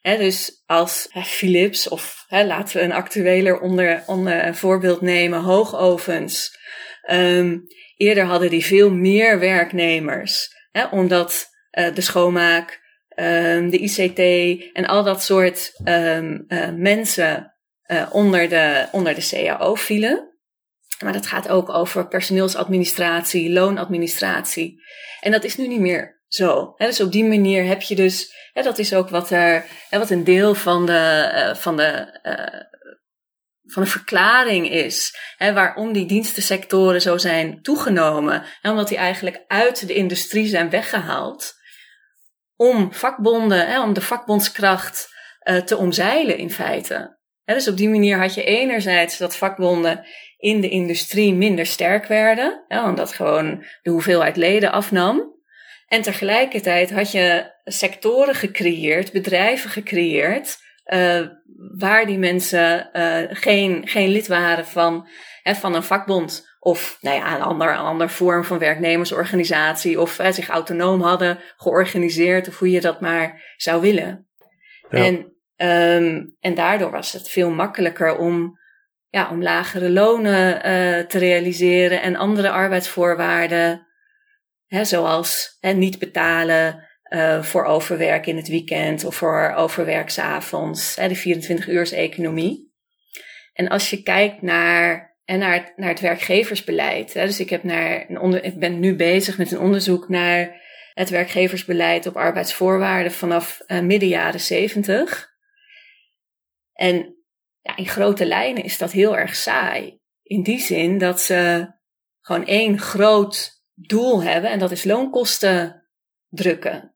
Dus als Philips of laten we een actueler onder voorbeeld nemen, hoogovens. Eerder hadden die veel meer werknemers, omdat de schoonmaak, de ICT en al dat soort mensen onder de CAO vielen. Maar dat gaat ook over personeelsadministratie, loonadministratie. En dat is nu niet meer zo. Dus op die manier heb je dus, dat is ook wat een deel van de verklaring is. Waarom die dienstensectoren zo zijn toegenomen. Omdat die eigenlijk uit de industrie zijn weggehaald. Om vakbonden, om de vakbondskracht te omzeilen in feite. Dus op die manier had je enerzijds dat vakbonden in de industrie minder sterk werden. Omdat gewoon de hoeveelheid leden afnam. En tegelijkertijd had je sectoren gecreëerd, bedrijven gecreëerd, waar die mensen geen lid waren van een vakbond. Of een ander vorm van werknemersorganisatie. Of zich autonoom hadden georganiseerd. Of hoe je dat maar zou willen. Ja. En daardoor was het veel makkelijker om lagere lonen te realiseren. En andere arbeidsvoorwaarden. Zoals niet betalen voor overwerk in het weekend. Of voor overwerk 's avonds. De 24-uurs-economie. En als je kijkt naar het werkgeversbeleid. Dus ik ben nu bezig met een onderzoek naar het werkgeversbeleid op arbeidsvoorwaarden vanaf midden jaren 70. En in grote lijnen is dat heel erg saai. In die zin dat ze gewoon één groot doel hebben en dat is loonkosten drukken.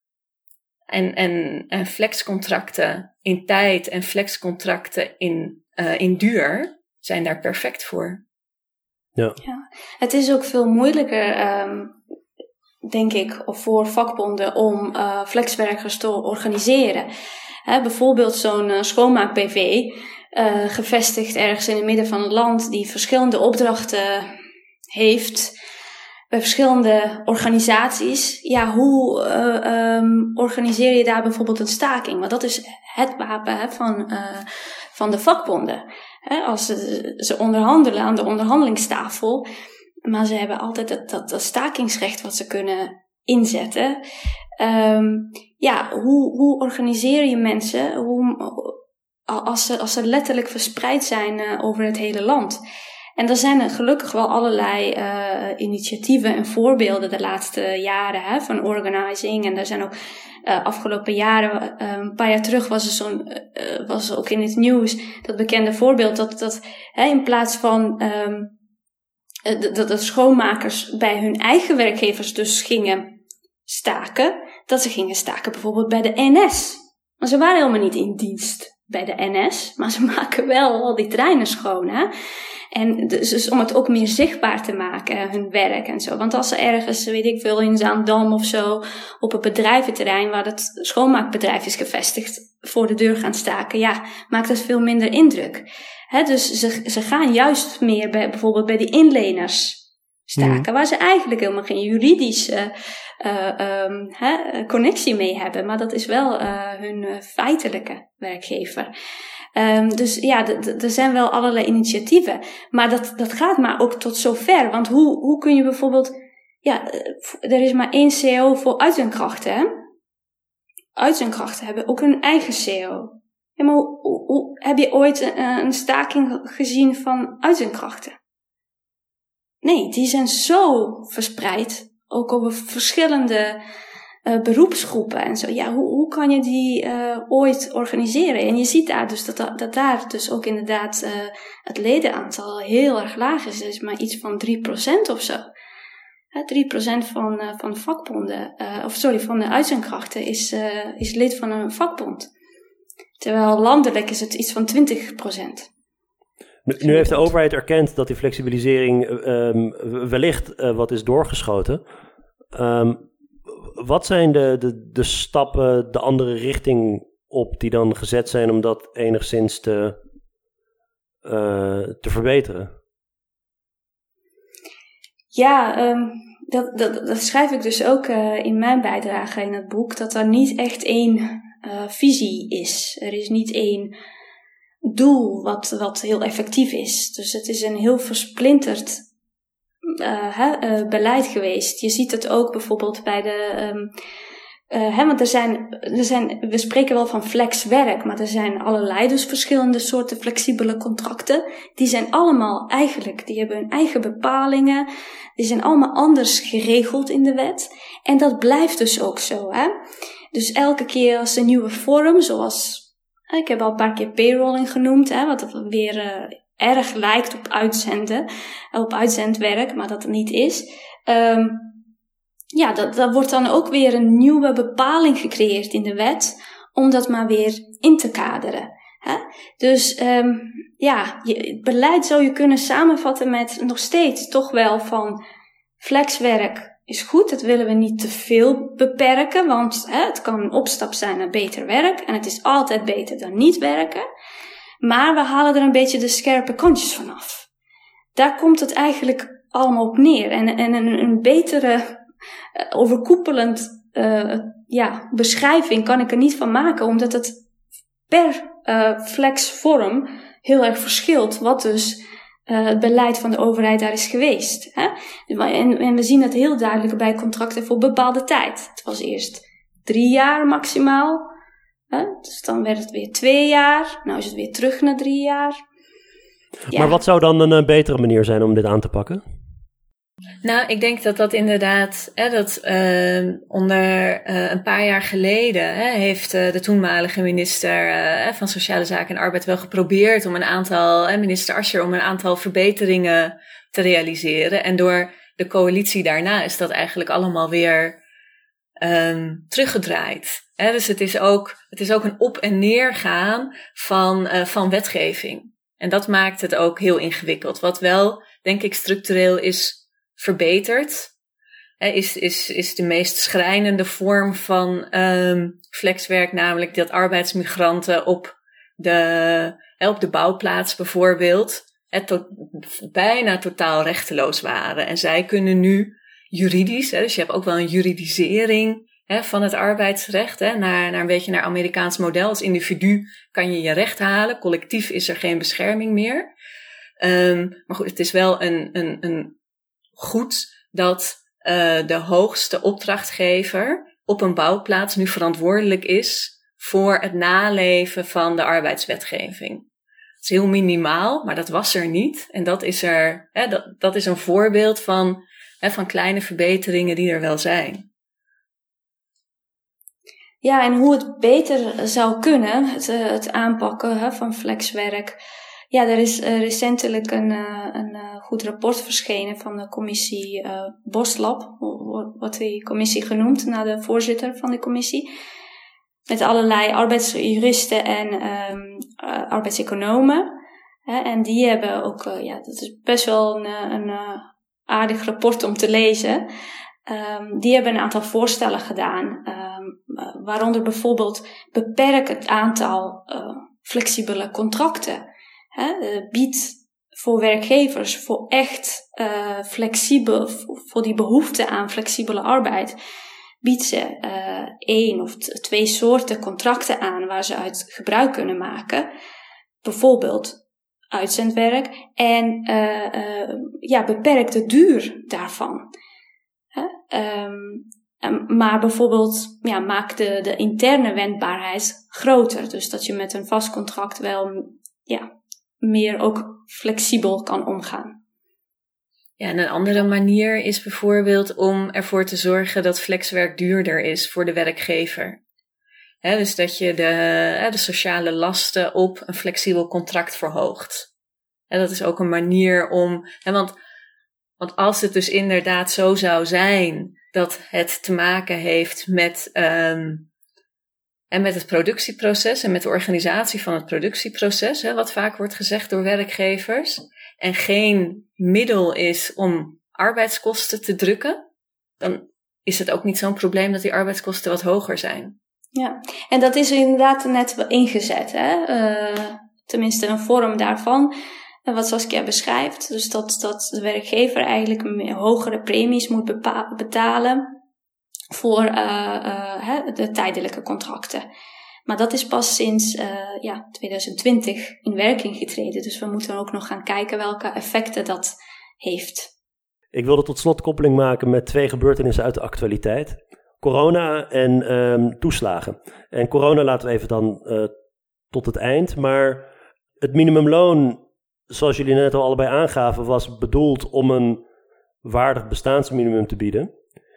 En flexcontracten in tijd en flexcontracten in duur zijn daar perfect voor. Ja. Het is ook veel moeilijker, denk ik, voor vakbonden om flexwerkers te organiseren. Bijvoorbeeld zo'n schoonmaak-BV, gevestigd ergens in het midden van het land, die verschillende opdrachten heeft bij verschillende organisaties. Ja, hoe organiseer je daar bijvoorbeeld een staking? Want dat is het wapen van de vakbonden. Als ze onderhandelen aan de onderhandelingstafel, maar ze hebben altijd dat stakingsrecht wat ze kunnen inzetten. Hoe organiseer je mensen als ze letterlijk verspreid zijn over het hele land? En er zijn gelukkig wel allerlei initiatieven en voorbeelden de laatste jaren van organizing. En er zijn ook afgelopen jaren, een paar jaar terug was ook in het nieuws dat bekende voorbeeld dat in plaats van dat de schoonmakers bij hun eigen werkgevers dus gingen staken, dat ze gingen staken bijvoorbeeld bij de NS. Maar ze waren helemaal niet in dienst bij de NS, maar ze maken wel al die treinen schoon, hè. En dus om het ook meer zichtbaar te maken, hun werk en zo. Want als ze ergens, weet ik veel, in Zaandam of zo, op een bedrijventerrein waar het schoonmaakbedrijf is gevestigd, voor de deur gaan staken, maakt dat veel minder indruk. Dus ze gaan juist meer bijvoorbeeld bij die inleners staken, waar ze eigenlijk helemaal geen juridische connectie mee hebben. Maar dat is wel hun feitelijke werkgever. Dus er zijn wel allerlei initiatieven. Maar dat gaat maar ook tot zover. Want hoe kun je bijvoorbeeld... er is maar één CO voor uitzendkrachten, hè? Uitzendkrachten hebben ook hun eigen CO. Ja, maar heb je ooit een staking gezien van uitzendkrachten? Nee, die zijn zo verspreid. Ook over verschillende beroepsgroepen en zo. Ja, hoe kan je die ooit organiseren? En je ziet daar dus dat daar dus ook inderdaad het ledenaantal heel erg laag is. Het is maar iets van 3% of zo. 3% van de vakbonden, van de uitzendkrachten is lid van een vakbond. Terwijl landelijk is het iets van 20%. Nu heeft de overheid erkend dat die flexibilisering wellicht wat is doorgeschoten. Wat zijn de stappen, de andere richting op die dan gezet zijn om dat enigszins te verbeteren? Dat schrijf ik dus ook in mijn bijdrage in het boek, dat er niet echt één visie is. Er is niet één doel wat heel effectief is. Dus het is een heel versplinterd beleid geweest. Je ziet het ook bijvoorbeeld bij want we spreken wel van flexwerk, maar er zijn allerlei dus verschillende soorten flexibele contracten. Die zijn allemaal die hebben hun eigen bepalingen. Die zijn allemaal anders geregeld in de wet. En dat blijft dus ook zo, hè. Dus elke keer als een nieuwe vorm, zoals, ik heb al een paar keer payrolling genoemd, wat weer erg lijkt op uitzendwerk, maar dat het niet is. Dat wordt dan ook weer een nieuwe bepaling gecreëerd in de wet, om dat maar weer in te kaderen. Hè? Dus het beleid zou je kunnen samenvatten met nog steeds toch wel van flexwerk is goed, dat willen we niet te veel beperken, want het kan een opstap zijn naar beter werk en het is altijd beter dan niet werken. Maar we halen er een beetje de scherpe kantjes vanaf. Daar komt het eigenlijk allemaal op neer. En een betere overkoepelend beschrijving kan ik er niet van maken, omdat het per flexvorm heel erg verschilt wat dus het beleid van de overheid daar is geweest. Hè? En we zien het heel duidelijk bij contracten voor bepaalde tijd. Het was eerst 3 jaar maximaal. Dus dan werd het weer 2 jaar. Nou is het weer terug naar 3 jaar. Ja. Maar wat zou dan een betere manier zijn om dit aan te pakken? Nou, ik denk dat inderdaad, onder een paar jaar geleden heeft de toenmalige minister van Sociale Zaken en Arbeid wel geprobeerd om minister Asscher, om een aantal verbeteringen te realiseren. En door de coalitie daarna is dat eigenlijk allemaal weer teruggedraaid. Dus het is ook een op- en neergaan van wetgeving. En dat maakt het ook heel ingewikkeld. Wat wel, denk ik, structureel is verbeterd, is de meest schrijnende vorm van flexwerk, namelijk dat arbeidsmigranten op de bouwplaats bijvoorbeeld bijna totaal rechteloos waren. En zij kunnen nu juridisch, dus je hebt ook wel een juridisering van het arbeidsrecht, naar een beetje naar Amerikaans model. Als individu kan je je recht halen, collectief is er geen bescherming meer. Maar goed, het is wel een goed dat de hoogste opdrachtgever op een bouwplaats nu verantwoordelijk is voor het naleven van de arbeidswetgeving. Het is heel minimaal, maar dat was er niet. En dat is een voorbeeld van kleine verbeteringen die er wel zijn. Ja, en hoe het beter zou kunnen, het aanpakken van flexwerk. Ja, er is recentelijk een goed rapport verschenen van de commissie Boslab, wordt die commissie genoemd, naar de voorzitter van de commissie. Met allerlei arbeidsjuristen en arbeidseconomen. En die hebben ook, dat is best wel een aardig rapport om te lezen. Die hebben een aantal voorstellen gedaan, waaronder bijvoorbeeld beperk het aantal flexibele contracten. Biedt voor werkgevers voor echt flexibel, voor die behoefte aan flexibele arbeid, biedt ze 1 of 2 soorten contracten aan waar ze uit gebruik kunnen maken. Bijvoorbeeld uitzendwerk en beperk de duur daarvan. Maar bijvoorbeeld maak de interne wendbaarheid groter. Dus dat je met een vast contract wel meer ook flexibel kan omgaan. Ja, en een andere manier is bijvoorbeeld om ervoor te zorgen dat flexwerk duurder is voor de werkgever. Dus dat je de sociale lasten op een flexibel contract verhoogt. En dat is ook een manier om... Want als het dus inderdaad zo zou zijn dat het te maken heeft met het productieproces en met de organisatie van het productieproces, wat vaak wordt gezegd door werkgevers, en geen middel is om arbeidskosten te drukken, dan is het ook niet zo'n probleem dat die arbeidskosten wat hoger zijn. Ja, en dat is inderdaad net ingezet, tenminste een vorm daarvan, wat Saskia beschrijft. Dus dat de werkgever eigenlijk hogere premies moet betalen voor de tijdelijke contracten. Maar dat is pas sinds 2020 in werking getreden. Dus we moeten ook nog gaan kijken welke effecten dat heeft. Ik wilde tot slot koppeling maken met 2 gebeurtenissen uit de actualiteit. Corona en toeslagen. En corona laten we even dan tot het eind. Maar het minimumloon, zoals jullie net al allebei aangaven, was bedoeld om een waardig bestaansminimum te bieden.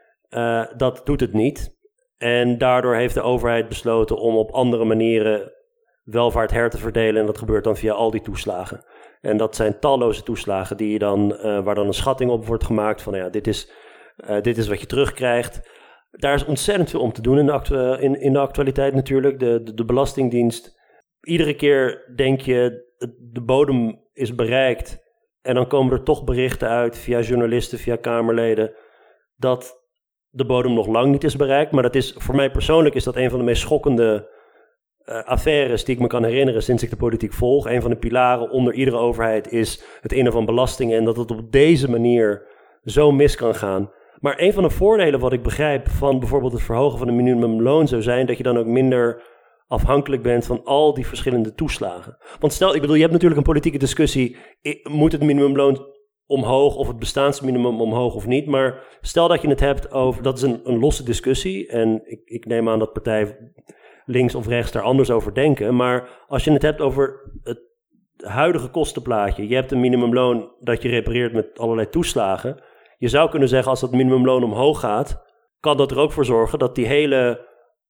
Dat doet het niet. En daardoor heeft de overheid besloten om op andere manieren welvaart her te verdelen. En dat gebeurt dan via al die toeslagen. En dat zijn talloze toeslagen die je dan, waar dan een schatting op wordt gemaakt van dit is wat je terugkrijgt. Daar is ontzettend veel om te doen in de actualiteit natuurlijk. De Belastingdienst. Iedere keer denk je de bodem is bereikt. En dan komen er toch berichten uit via journalisten, via Kamerleden, dat de bodem nog lang niet is bereikt. Maar voor mij persoonlijk is dat een van de meest schokkende affaires die ik me kan herinneren sinds ik de politiek volg. Een van de pilaren onder iedere overheid is het innen van belastingen. En dat het op deze manier zo mis kan gaan. Maar een van de voordelen wat ik begrijp van bijvoorbeeld het verhogen van de minimumloon zou zijn dat je dan ook minder afhankelijk bent van al die verschillende toeslagen. Want stel, je hebt natuurlijk een politieke discussie, moet het minimumloon omhoog of het bestaansminimum omhoog of niet. Maar stel dat je het hebt over, dat is een losse discussie en ik neem aan dat partijen links of rechts daar anders over denken. Maar als je het hebt over het huidige kostenplaatje, je hebt een minimumloon dat je repareert met allerlei toeslagen. Je zou kunnen zeggen, als dat minimumloon omhoog gaat, kan dat er ook voor zorgen dat die hele,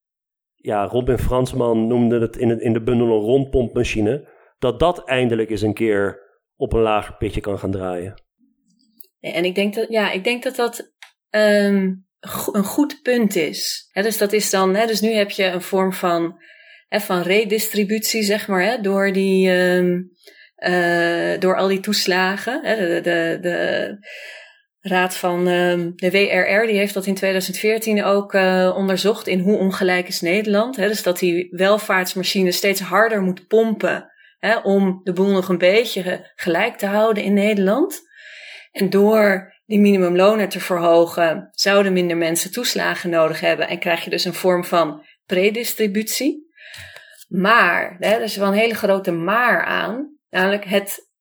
Robin Fransman noemde het in de bundel een rondpompmachine, dat eindelijk eens een keer op een lager pitje kan gaan draaien. En ik denk dat een goed punt is. Dus dat is dan, dus nu heb je een vorm van redistributie, zeg maar, door al die toeslagen. De raad van de WRR, die heeft dat in 2014 ook onderzocht in hoe ongelijk is Nederland. Dus dat die welvaartsmachine steeds harder moet pompen om de boel nog een beetje gelijk te houden in Nederland. En door die minimumlonen te verhogen, zouden minder mensen toeslagen nodig hebben en krijg je dus een vorm van predistributie. Maar, er is wel een hele grote maar aan, namelijk het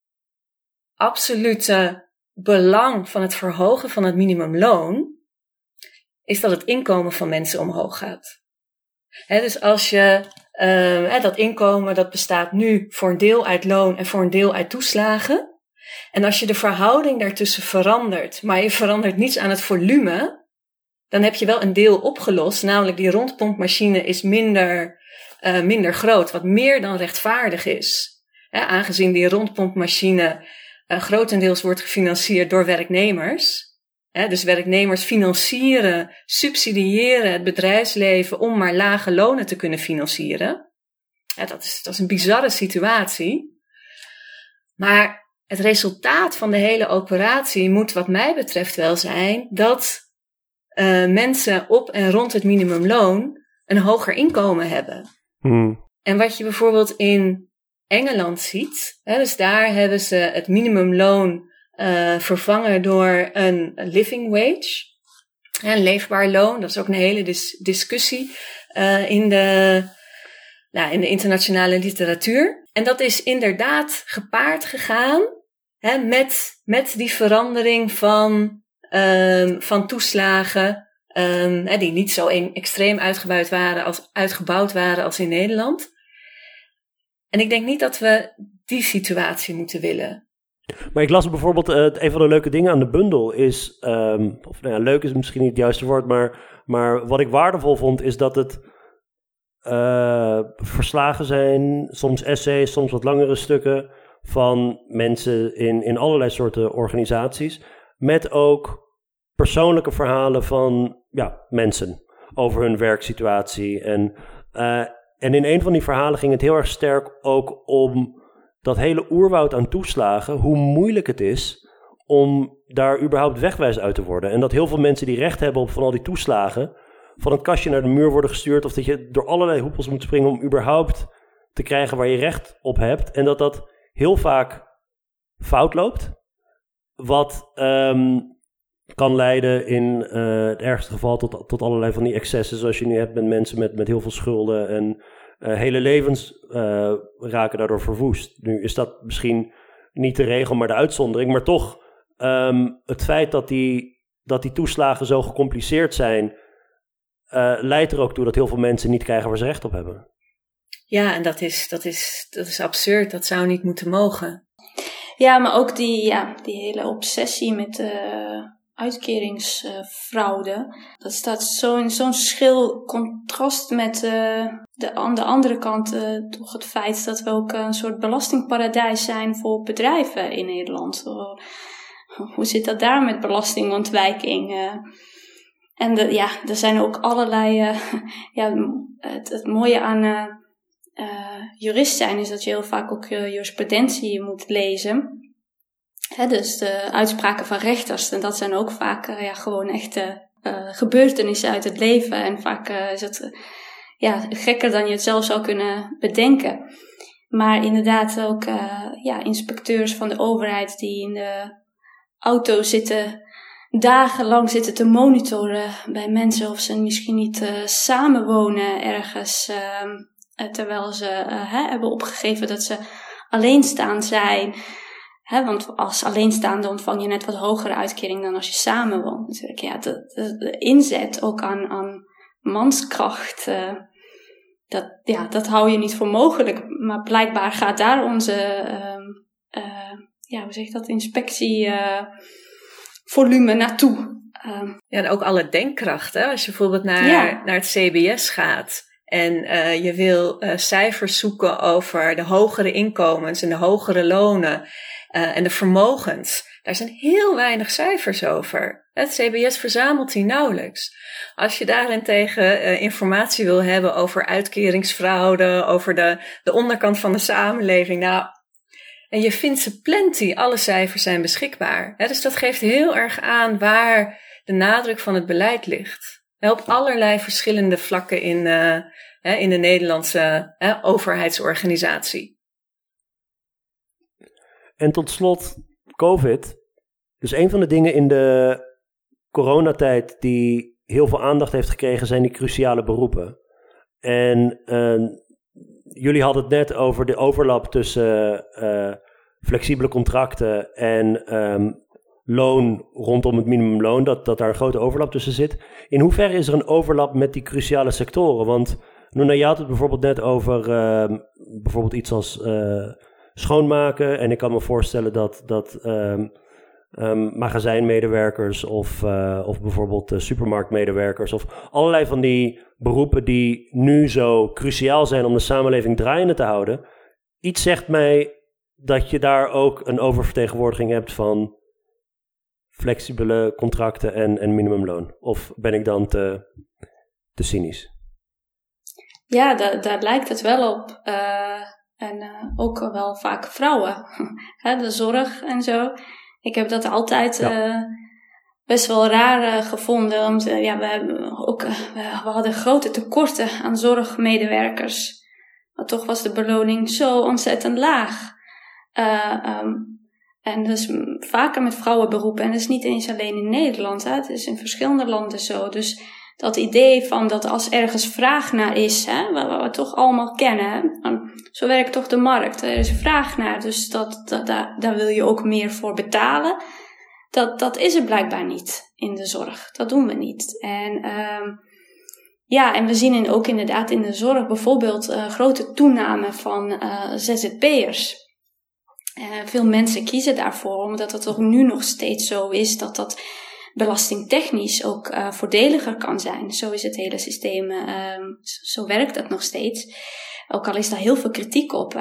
absolute belang van het verhogen van het minimumloon is dat het inkomen van mensen omhoog gaat. Dus als je dat inkomen, dat bestaat nu voor een deel uit loon en voor een deel uit toeslagen. En als je de verhouding daartussen verandert, maar je verandert niets aan het volume, dan heb je wel een deel opgelost, namelijk die rondpompmachine is minder groot, wat meer dan rechtvaardig is. Aangezien die rondpompmachine grotendeels wordt gefinancierd door werknemers. Dus werknemers financieren, subsidiëren het bedrijfsleven om maar lage lonen te kunnen financieren. Dat is een bizarre situatie. Maar het resultaat van de hele operatie moet wat mij betreft wel zijn dat mensen op en rond het minimumloon een hoger inkomen hebben. En wat je bijvoorbeeld in Engeland ziet, dus daar hebben ze het minimumloon vervangen door een living wage, een leefbaar loon. Dat is ook een hele discussie in de internationale literatuur. En dat is inderdaad gepaard gegaan met die verandering van toeslagen die niet zo extreem uitgebouwd waren als in Nederland. En ik denk niet dat we die situatie moeten willen. Maar ik las bijvoorbeeld, een van de leuke dingen aan de bundel is, leuk is misschien niet het juiste woord, maar wat ik waardevol vond is dat het verslagen zijn, soms essays, soms wat langere stukken van mensen in allerlei soorten organisaties, met ook persoonlijke verhalen van mensen over hun werksituatie. En in een van die verhalen ging het heel erg sterk ook om dat hele oerwoud aan toeslagen, hoe moeilijk het is om daar überhaupt wegwijs uit te worden. En dat heel veel mensen die recht hebben op van al die toeslagen van het kastje naar de muur worden gestuurd, of dat je door allerlei hoepels moet springen om überhaupt te krijgen waar je recht op hebt. En dat heel vaak fout loopt. Wat kan leiden in het ergste geval tot allerlei van die excessen zoals je nu hebt met mensen met heel veel schulden hele levens raken daardoor verwoest. Nu is dat misschien niet de regel, maar de uitzondering. Maar toch, het feit dat die toeslagen zo gecompliceerd zijn, leidt er ook toe dat heel veel mensen niet krijgen waar ze recht op hebben. Ja, en dat is absurd. Dat zou niet moeten mogen. Ja, maar ook die hele obsessie met uitkeringsfraude. Dat staat zo in zo'n schil contrast met aan de andere kant toch het feit dat we ook een soort belastingparadijs zijn voor bedrijven in Nederland. Hoe zit dat daar met belastingontwijking? En er zijn ook allerlei... het mooie aan jurist zijn is dat je heel vaak ook jurisprudentie moet lezen. Dus de uitspraken van rechters. En dat zijn ook vaak gewoon echte gebeurtenissen uit het leven. En vaak is het gekker dan je het zelf zou kunnen bedenken. Maar inderdaad ook inspecteurs van de overheid die in de auto zitten, dagenlang zitten te monitoren bij mensen of ze misschien niet samenwonen ergens. Terwijl ze hebben opgegeven dat ze alleenstaand zijn. Want als alleenstaande ontvang je net wat hogere uitkering dan als je samenwoont. Natuurlijk, ja, de inzet ook aan manskracht, dat hou je niet voor mogelijk. Maar blijkbaar gaat daar onze, inspectievolume naartoe. Ja, en ook alle denkkracht. Hè? Als je bijvoorbeeld naar het CBS gaat en je wil cijfers zoeken over de hogere inkomens en de hogere lonen en de vermogens. Daar zijn heel weinig cijfers over. Het CBS verzamelt die nauwelijks. Als je daarentegen informatie wil hebben over uitkeringsfraude, over de onderkant van de samenleving, en je vindt ze plenty, alle cijfers zijn beschikbaar. Dus dat geeft heel erg aan waar de nadruk van het beleid ligt. Op allerlei verschillende vlakken in de Nederlandse overheidsorganisatie. En tot slot, COVID. Dus een van de dingen in de coronatijd die heel veel aandacht heeft gekregen zijn die cruciale beroepen. En jullie hadden het net over de overlap tussen flexibele contracten en loon rondom het minimumloon, dat daar een grote overlap tussen zit. In hoeverre is er een overlap met die cruciale sectoren? Want Noona, je had het bijvoorbeeld net over bijvoorbeeld iets als schoonmaken. En ik kan me voorstellen dat magazijnmedewerkers of bijvoorbeeld supermarktmedewerkers of allerlei van die beroepen die nu zo cruciaal zijn om de samenleving draaiende te houden. Iets zegt mij dat je daar ook een oververtegenwoordiging hebt van flexibele contracten en minimumloon. Of ben ik dan te cynisch? Ja, daar lijkt het wel op. En ook wel vaak vrouwen. De zorg en zo. Ik heb dat altijd best wel raar gevonden. Want we hadden grote tekorten aan zorgmedewerkers. Maar toch was de beloning zo ontzettend laag. En dus vaker met vrouwenberoepen. En dat is niet eens alleen in Nederland. Het is in verschillende landen zo. Dus dat idee van dat als ergens vraag naar is, wat we toch allemaal kennen, zo werkt toch de markt. Er is vraag naar, dus daar wil je ook meer voor betalen. Dat is er blijkbaar niet in de zorg. Dat doen we niet. En we zien ook inderdaad in de zorg bijvoorbeeld grote toename van ZZP'ers. Veel mensen kiezen daarvoor, omdat het ook nu nog steeds zo is dat belastingtechnisch ook voordeliger kan zijn. Zo is het hele systeem, zo werkt het nog steeds. Ook al is daar heel veel kritiek op.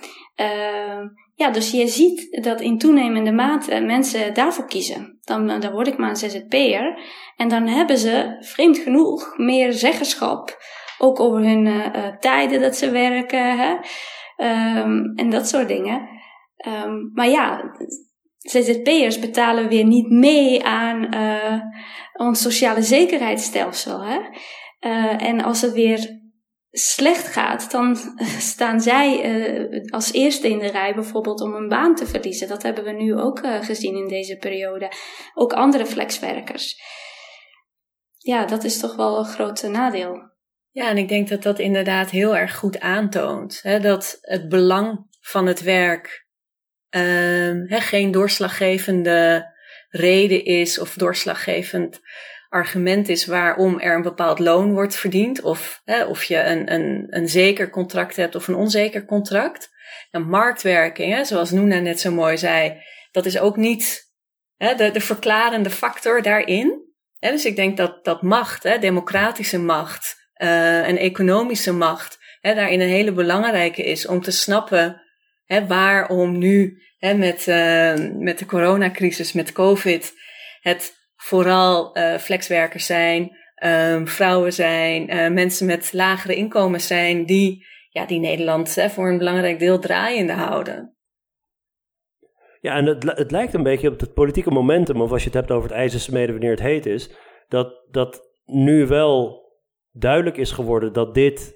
Dus je ziet dat in toenemende mate mensen daarvoor kiezen. Dan word ik maar een ZZP'er. En dan hebben ze, vreemd genoeg, meer zeggenschap. Ook over hun tijden dat ze werken. En dat soort dingen. ZZP'ers betalen weer niet mee aan ons sociale zekerheidsstelsel. En als het weer slecht gaat, dan staan zij als eerste in de rij bijvoorbeeld om een baan te verliezen. Dat hebben we nu ook gezien in deze periode. Ook andere flexwerkers. Ja, dat is toch wel een groot nadeel. Ja, en ik denk dat dat inderdaad heel erg goed aantoont. Hè, dat het belang van het werk geen doorslaggevende reden is of doorslaggevend argument is waarom er een bepaald loon wordt verdiend. Of je een zeker contract hebt of een onzeker contract. Nou, marktwerking, zoals Noona net zo mooi zei, dat is ook niet de verklarende factor daarin. Dus ik denk dat macht, democratische macht en economische macht, daarin een hele belangrijke is om te snappen waarom nu met de coronacrisis, met COVID, het vooral flexwerkers zijn, vrouwen zijn, mensen met lagere inkomens zijn die Nederland voor een belangrijk deel draaiende houden. Ja, en het lijkt een beetje op het politieke momentum, of als je het hebt over het ijzer smeden wanneer het heet is, dat nu wel duidelijk is geworden dat dit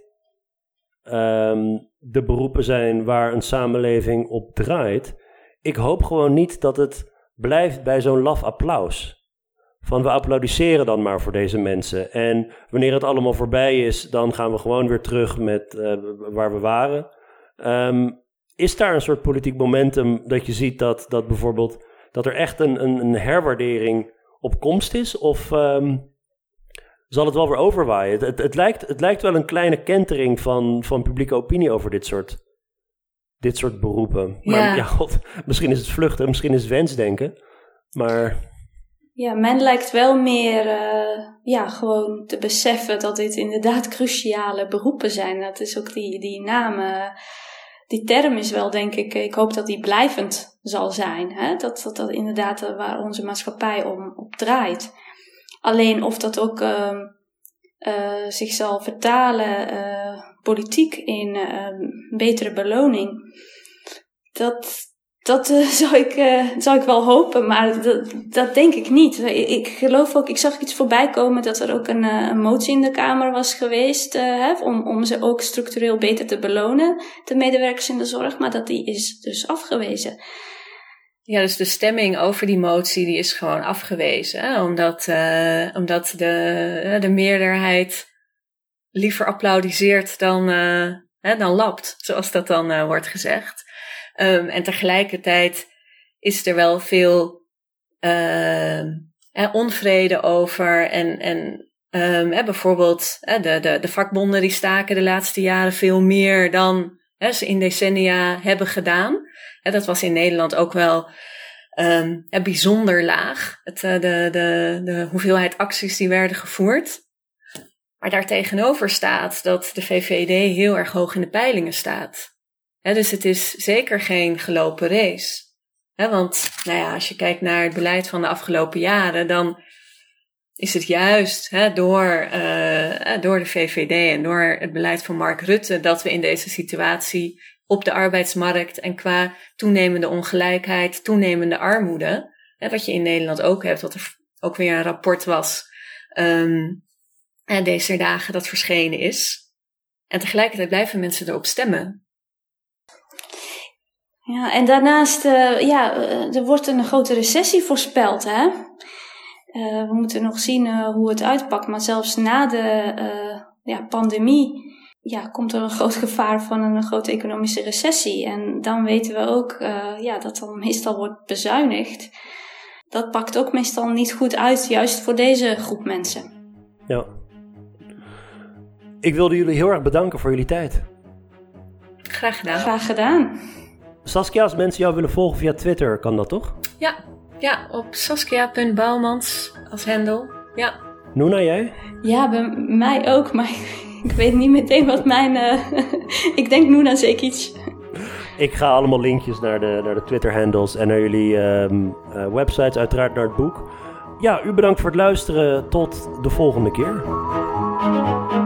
de beroepen zijn waar een samenleving op draait. Ik hoop gewoon niet dat het blijft bij zo'n laf applaus. Van we applaudisseren dan maar voor deze mensen. En wanneer het allemaal voorbij is, dan gaan we gewoon weer terug met waar we waren. Is daar een soort politiek momentum dat je ziet dat bijvoorbeeld dat er echt een herwaardering op komst is? Of zal het wel weer overwaaien? Het lijkt wel een kleine kentering van publieke opinie over dit soort beroepen. Maar god, misschien is het vluchten, misschien is het wensdenken. Maar ja, men lijkt wel meer gewoon te beseffen dat dit inderdaad cruciale beroepen zijn. Dat is ook die naam, die term is wel, denk ik hoop dat die blijvend zal zijn. Hè? Dat inderdaad waar onze maatschappij op draait. Alleen of dat ook zich zal vertalen politiek in betere beloning, dat zou ik wel hopen, maar dat denk ik niet. Ik geloof ook, ik zag iets voorbij komen dat er ook een motie in de Kamer was geweest om ze ook structureel beter te belonen, de medewerkers in de zorg, maar dat die is dus afgewezen. Ja, dus de stemming over die motie die is gewoon afgewezen, omdat de meerderheid liever applaudisseert dan lapt, zoals dat dan wordt gezegd. En tegelijkertijd is er wel veel onvrede over en bijvoorbeeld de vakbonden die staken de laatste jaren veel meer dan ze in decennia hebben gedaan. Dat was in Nederland ook wel bijzonder laag, de hoeveelheid acties die werden gevoerd. Maar daartegenover staat dat de VVD heel erg hoog in de peilingen staat. Dus het is zeker geen gelopen race. Want als je kijkt naar het beleid van de afgelopen jaren, dan is het juist door de VVD en door het beleid van Mark Rutte dat we in deze situatie op de arbeidsmarkt en qua toenemende ongelijkheid, toenemende armoede, wat je in Nederland ook hebt, wat er ook weer een rapport was deze dagen dat verschenen is. En tegelijkertijd blijven mensen erop stemmen. Ja, en daarnaast, er wordt een grote recessie voorspeld, hè. We moeten nog zien hoe het uitpakt, maar zelfs na de pandemie komt er een groot gevaar van een grote economische recessie. En dan weten we ook dat dan meestal wordt bezuinigd. Dat pakt ook meestal niet goed uit, juist voor deze groep mensen. Ja. Ik wilde jullie heel erg bedanken voor jullie tijd. Graag gedaan. Graag gedaan. Saskia, als mensen jou willen volgen via Twitter, kan dat toch? Ja, op Saskia.Bouwmans als hendel. Ja. Noona, jij? Ja, bij mij ook, maar ik weet niet meteen wat mijn... ik denk Noona Zekic. Ik ga allemaal linkjes naar de Twitter-handles en naar jullie websites, uiteraard naar het boek. Ja, u bedankt voor het luisteren. Tot de volgende keer.